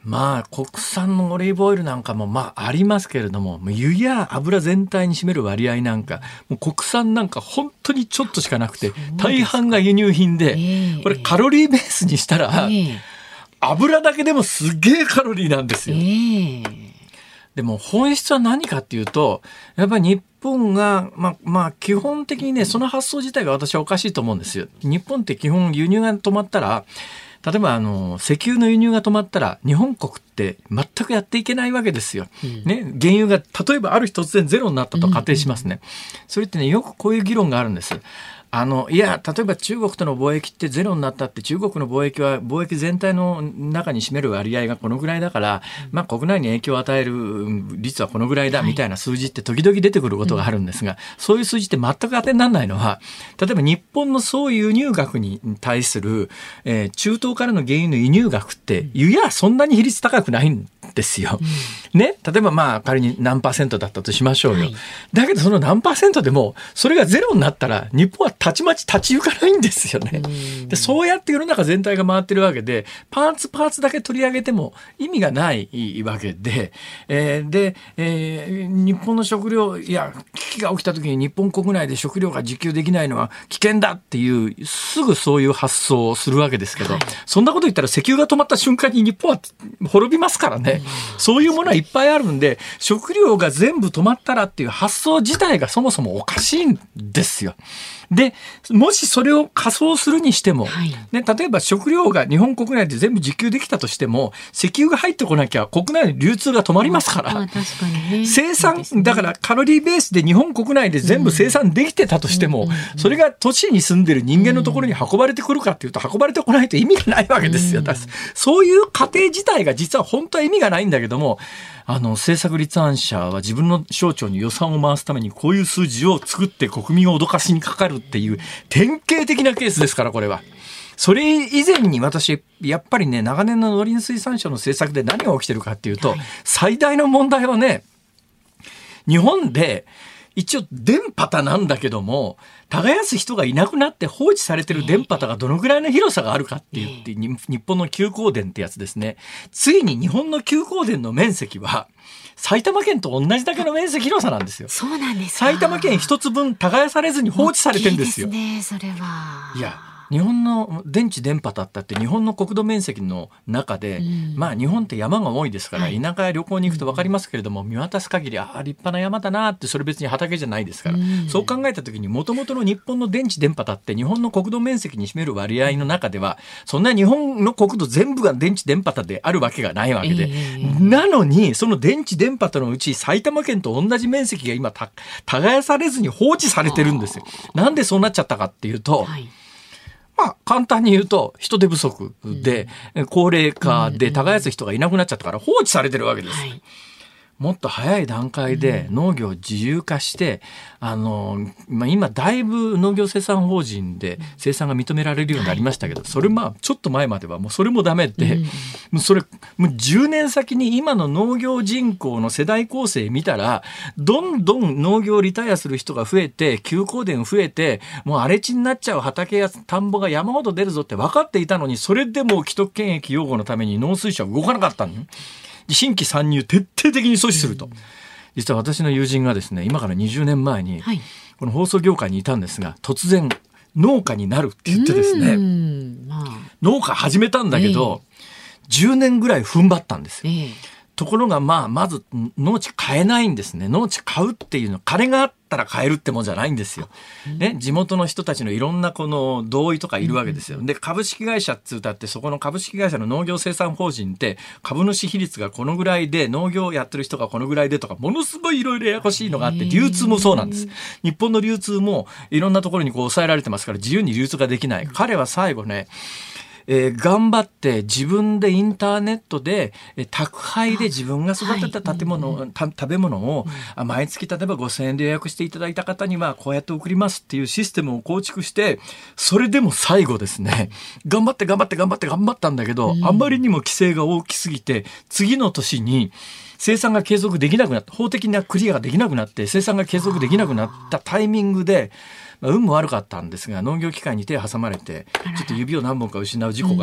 まあ国産のオリーブオイルなんかもまあありますけれども、油や油全体に占める割合なんかもう国産なんか本当にちょっとしかなくて、大半が輸入品で、これカロリーベースにしたら、油だけでもすげえカロリーなんですよ。でも本質は何かっていうと、やっぱり日本が、まあ、まあ、基本的にね、その発想自体が私はおかしいと思うんですよ。日本って基本輸入が止まったら、例えばあの石油の輸入が止まったら日本国って全くやっていけないわけですよ、うんね、原油が例えばある日突然ゼロになったと仮定しますね、うんうん、それってねよくこういう議論があるんです。あのいや例えば中国との貿易ってゼロになったって、中国の貿易は貿易全体の中に占める割合がこのぐらいだから、まあ、国内に影響を与える率はこのぐらいだみたいな数字って時々出てくることがあるんですが、そういう数字って全く当てにならないのは、例えば日本の総輸入額に対する、えー、中東からの原油の輸入額っていやそんなに比率高くないんですよ、うんね、例えばまあ仮に何パーセントだったとしましょうよ、はい、だけどその何パーセントでもそれがゼロになったら日本はたちまち立ち行かないんですよね。でそうやって世の中全体が回ってるわけで、パーツパーツだけ取り上げても意味がないわけで、えー、で、えー、日本の食料いや危機が起きた時に日本国内で食料が自給できないのは危険だっていうすぐそういう発想をするわけですけど、はい、そんなこと言ったら石油が止まった瞬間に日本は滅びますからね。そういうものはいっぱいあるんで、食料が全部止まったらっていう発想自体がそもそもおかしいんですよ。でもしそれを仮想するにしても、はいね、例えば食料が日本国内で全部自給できたとしても石油が入ってこなきゃ国内の流通が止まりますから、 まあ、確かにね、 生産だからカロリーベースで日本国内で全部生産できてたとしても、うんうんうんうん、それが都市に住んでる人間のところに運ばれてくるかっていうと運ばれてこないと意味がないわけですよ、うん、そういう過程自体が実は本当は意味がないんだけども、あの政策立案者は自分の省庁に予算を回すためにこういう数字を作って国民を脅かしにかかるっていう典型的なケースですから、これは。それ以前に私やっぱりね、長年の農林水産省の政策で何が起きてるかっていうと、はい、最大の問題はね、日本で一応電波田なんだけども耕す人がいなくなって放置されてる電波田がどのぐらいの広さがあるかって言って、日本の休耕田ってやつですね。ついに日本の休耕田の面積は埼玉県と同じだけの面積広さなんですよ。 そうなんですか。 埼玉県一つ分耕されずに放置されてるんですよ。 大きいですね、それは。 いや日本の電池電波だったって日本の国土面積の中で、うん、まあ日本って山が多いですから、はい、田舎や旅行に行くと分かりますけれども、見渡す限りああ立派な山だなって、それ別に畑じゃないですから、うん、そう考えた時に元々の日本の電池電波だって日本の国土面積に占める割合の中ではそんな日本の国土全部が電池電波だであるわけがないわけで、えー、なのにその電池電波とのうち埼玉県と同じ面積が今た耕されずに放置されてるんですよ。なんでそうなっちゃったかっていうと、はい、まあ、簡単に言うと人手不足で、うん、高齢化で耕す人がいなくなっちゃったから放置されてるわけです、はい、もっと早い段階で農業を自由化して、うん、あのまあ、今だいぶ農業生産法人で生産が認められるようになりましたけど、はい、それまあちょっと前まではもうそれもダメで、うん、もうそれもうじゅうねん先に今の農業人口の世代構成見たらどんどん農業リタイアする人が増えて休耕田増えてもう荒れ地になっちゃう畑や田んぼが山ほど出るぞって分かっていたのに、それでも既得権益擁護のために農水省は動かなかったの。新規参入徹底的に阻止すると。実は私の友人がですね、今からにじゅうねんまえにこの放送業界にいたんですが、突然農家になるって言ってですね、まあ、農家始めたんだけど、えー、じゅうねんぐらい踏ん張ったんですよ、えー、ところがまあまず農地買えないんですね。農地買うっていうのは金があったら買えるってもんじゃないんですよ、ね、地元の人たちのいろんなこの同意とかいるわけですよ。で株式会社っつうたってそこの株式会社の農業生産法人って株主比率がこのぐらいで農業やってる人がこのぐらいでとかものすごいいろいろややこしいのがあって、流通もそうなんです。日本の流通もいろんなところにこう抑えられてますから自由に流通ができない。彼は最後ねえー、頑張って自分でインターネットで、えー、宅配で自分が育てた建物、はい、た食べ物を、うん、毎月例えばごせんえんで予約していただいた方にはこうやって送りますっていうシステムを構築して、それでも最後ですね頑張って頑張って頑張って頑張ったんだけど、うん、あまりにも規制が大きすぎて次の年に生産が継続できなくなって、法的なクリアができなくなって生産が継続できなくなったタイミングで、まあ、運も悪かったんですが農業機械に手を挟まれてちょっと指を何本か失う事故が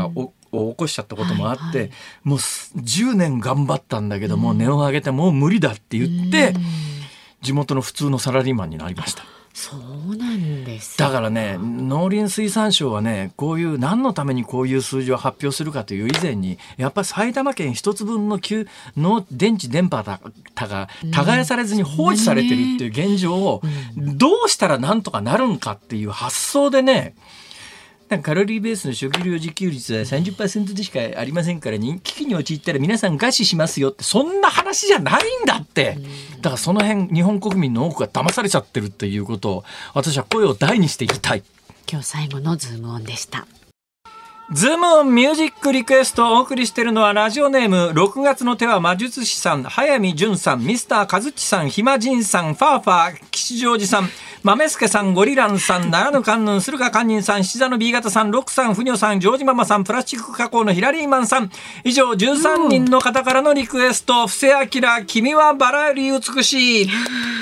を起こしちゃったこともあって、はいはい、もうじゅうねん頑張ったんだけども、うん、値を上げてもう無理だって言って、うん、地元の普通のサラリーマンになりました。 そうなんです。 だからね、農林水産省はね、こういう何のためにこういう数字を発表するかという以前に、やっぱり埼玉県一つ分の旧の電池電波が耕されずに放置されてるっていう現状をどうしたらなんとかなるんかっていう発想でね、なんかカロリーベースの食料自給率は さんじゅっパーセント でしかありませんから、危機に陥ったら皆さん餓死しますよって、そんな話じゃないんだって。だからその辺日本国民の多くが騙されちゃってるっていうことを私は声を大にして言いたい。 今日最後のズームオンでした。 ズームオンミュージックリクエストをお送りしているのはラジオネームろくがつの手は魔術師さん、早見淳さん、ミスターカズッチさん、ひまじんさん、ファーファー、吉祥寺さん、豆助さん、ゴリランさん、ならぬカンヌン、駿河堪忍さん、七座の B 型さん、ロックさん、ふにょさん、ジョージママさん、プラスチック加工のヒラリーマンさん、以上じゅうさんにんの方からのリクエスト。布施明、君はバラより美しい。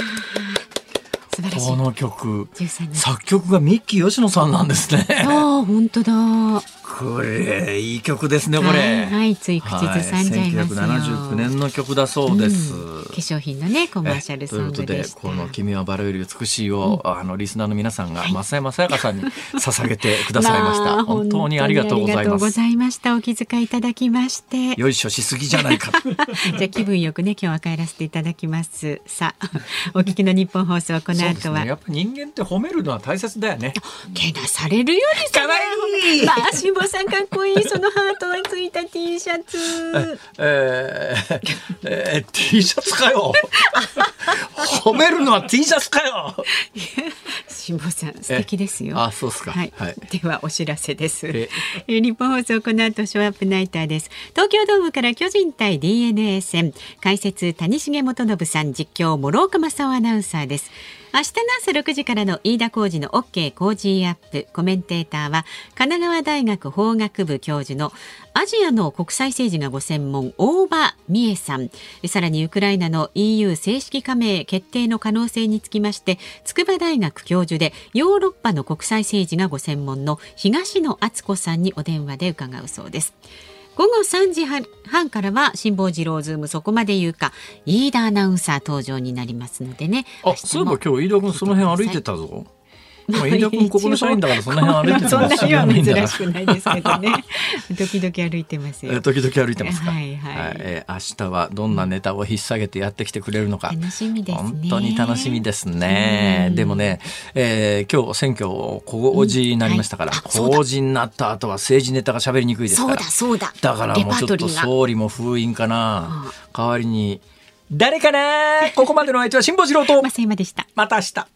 この曲作曲がミッキー吉野さんなんですね。 ああ本当だ。 これいい曲ですねこれ。 はい、はい、つい口ずさんじゃいますよ、はい、せんきゅうひゃくななじゅうきゅうねんの曲だそうです、うん、化粧品のねコマーシャルソングでした。 ということでこの君はバラより美しいを、うん、あのリスナーの皆さんが増山さやかさんに捧げてくださいました、まあ、本当にありがとうございます。ありがとうございました。 お気遣いいただきましてよいしょしすぎじゃないかじゃあ気分よくね今日は帰らせていただきます。さあお聞きの日本放送この後は、 ね、やっぱ人間って褒めるのは大切だよね。 けなされるよりかわいい。 まあ辛坊さんかっこいいそのハートがついた T シャツえーえー、T シャツかよ褒めるのは T シャツかよ辛坊さん素敵ですよ。 あ、そうですか、 はいはい、ではお知らせです。え日本放送この後ショーアップナイターです。東京ドームから巨人対 ディーエヌエー 戦、解説谷重元信さん、実況諸岡正夫アナウンサーです。明日の朝ろくじからの飯田浩司の OK 工事アップ、コメンテーターは神奈川大学法学部教授のアジアの国際政治がご専門大場美恵さん、さらにウクライナの イーユー 正式加盟決定の可能性につきまして筑波大学教授でヨーロッパの国際政治がご専門の東野敦子さんにお電話で伺うそうです。午後さんじはんからは辛坊治郎ズームそこまで言うか飯田アナウンサー登場になりますのでね。 あ、そういえば今日飯田君その辺歩いてたぞ。まあ、飯田君ここの社員だからその辺歩いてたらそんなには珍しくないですけどね時々歩いてますよ。 時々歩いてますか、 はいはいはい、 えー、明日はどんなネタを引っ提げてやってきてくれるのか楽しみですね。 本当に楽しみですね。でもね、えー、今日選挙公示になりましたから、うんはい、公示になった後は政治ネタが喋りにくいですから。 そうだそうだだからもうちょっと総理も封印かな、うん、代わりに誰かな。ここまでの相手は辛坊治郎と増山でした。 また明日。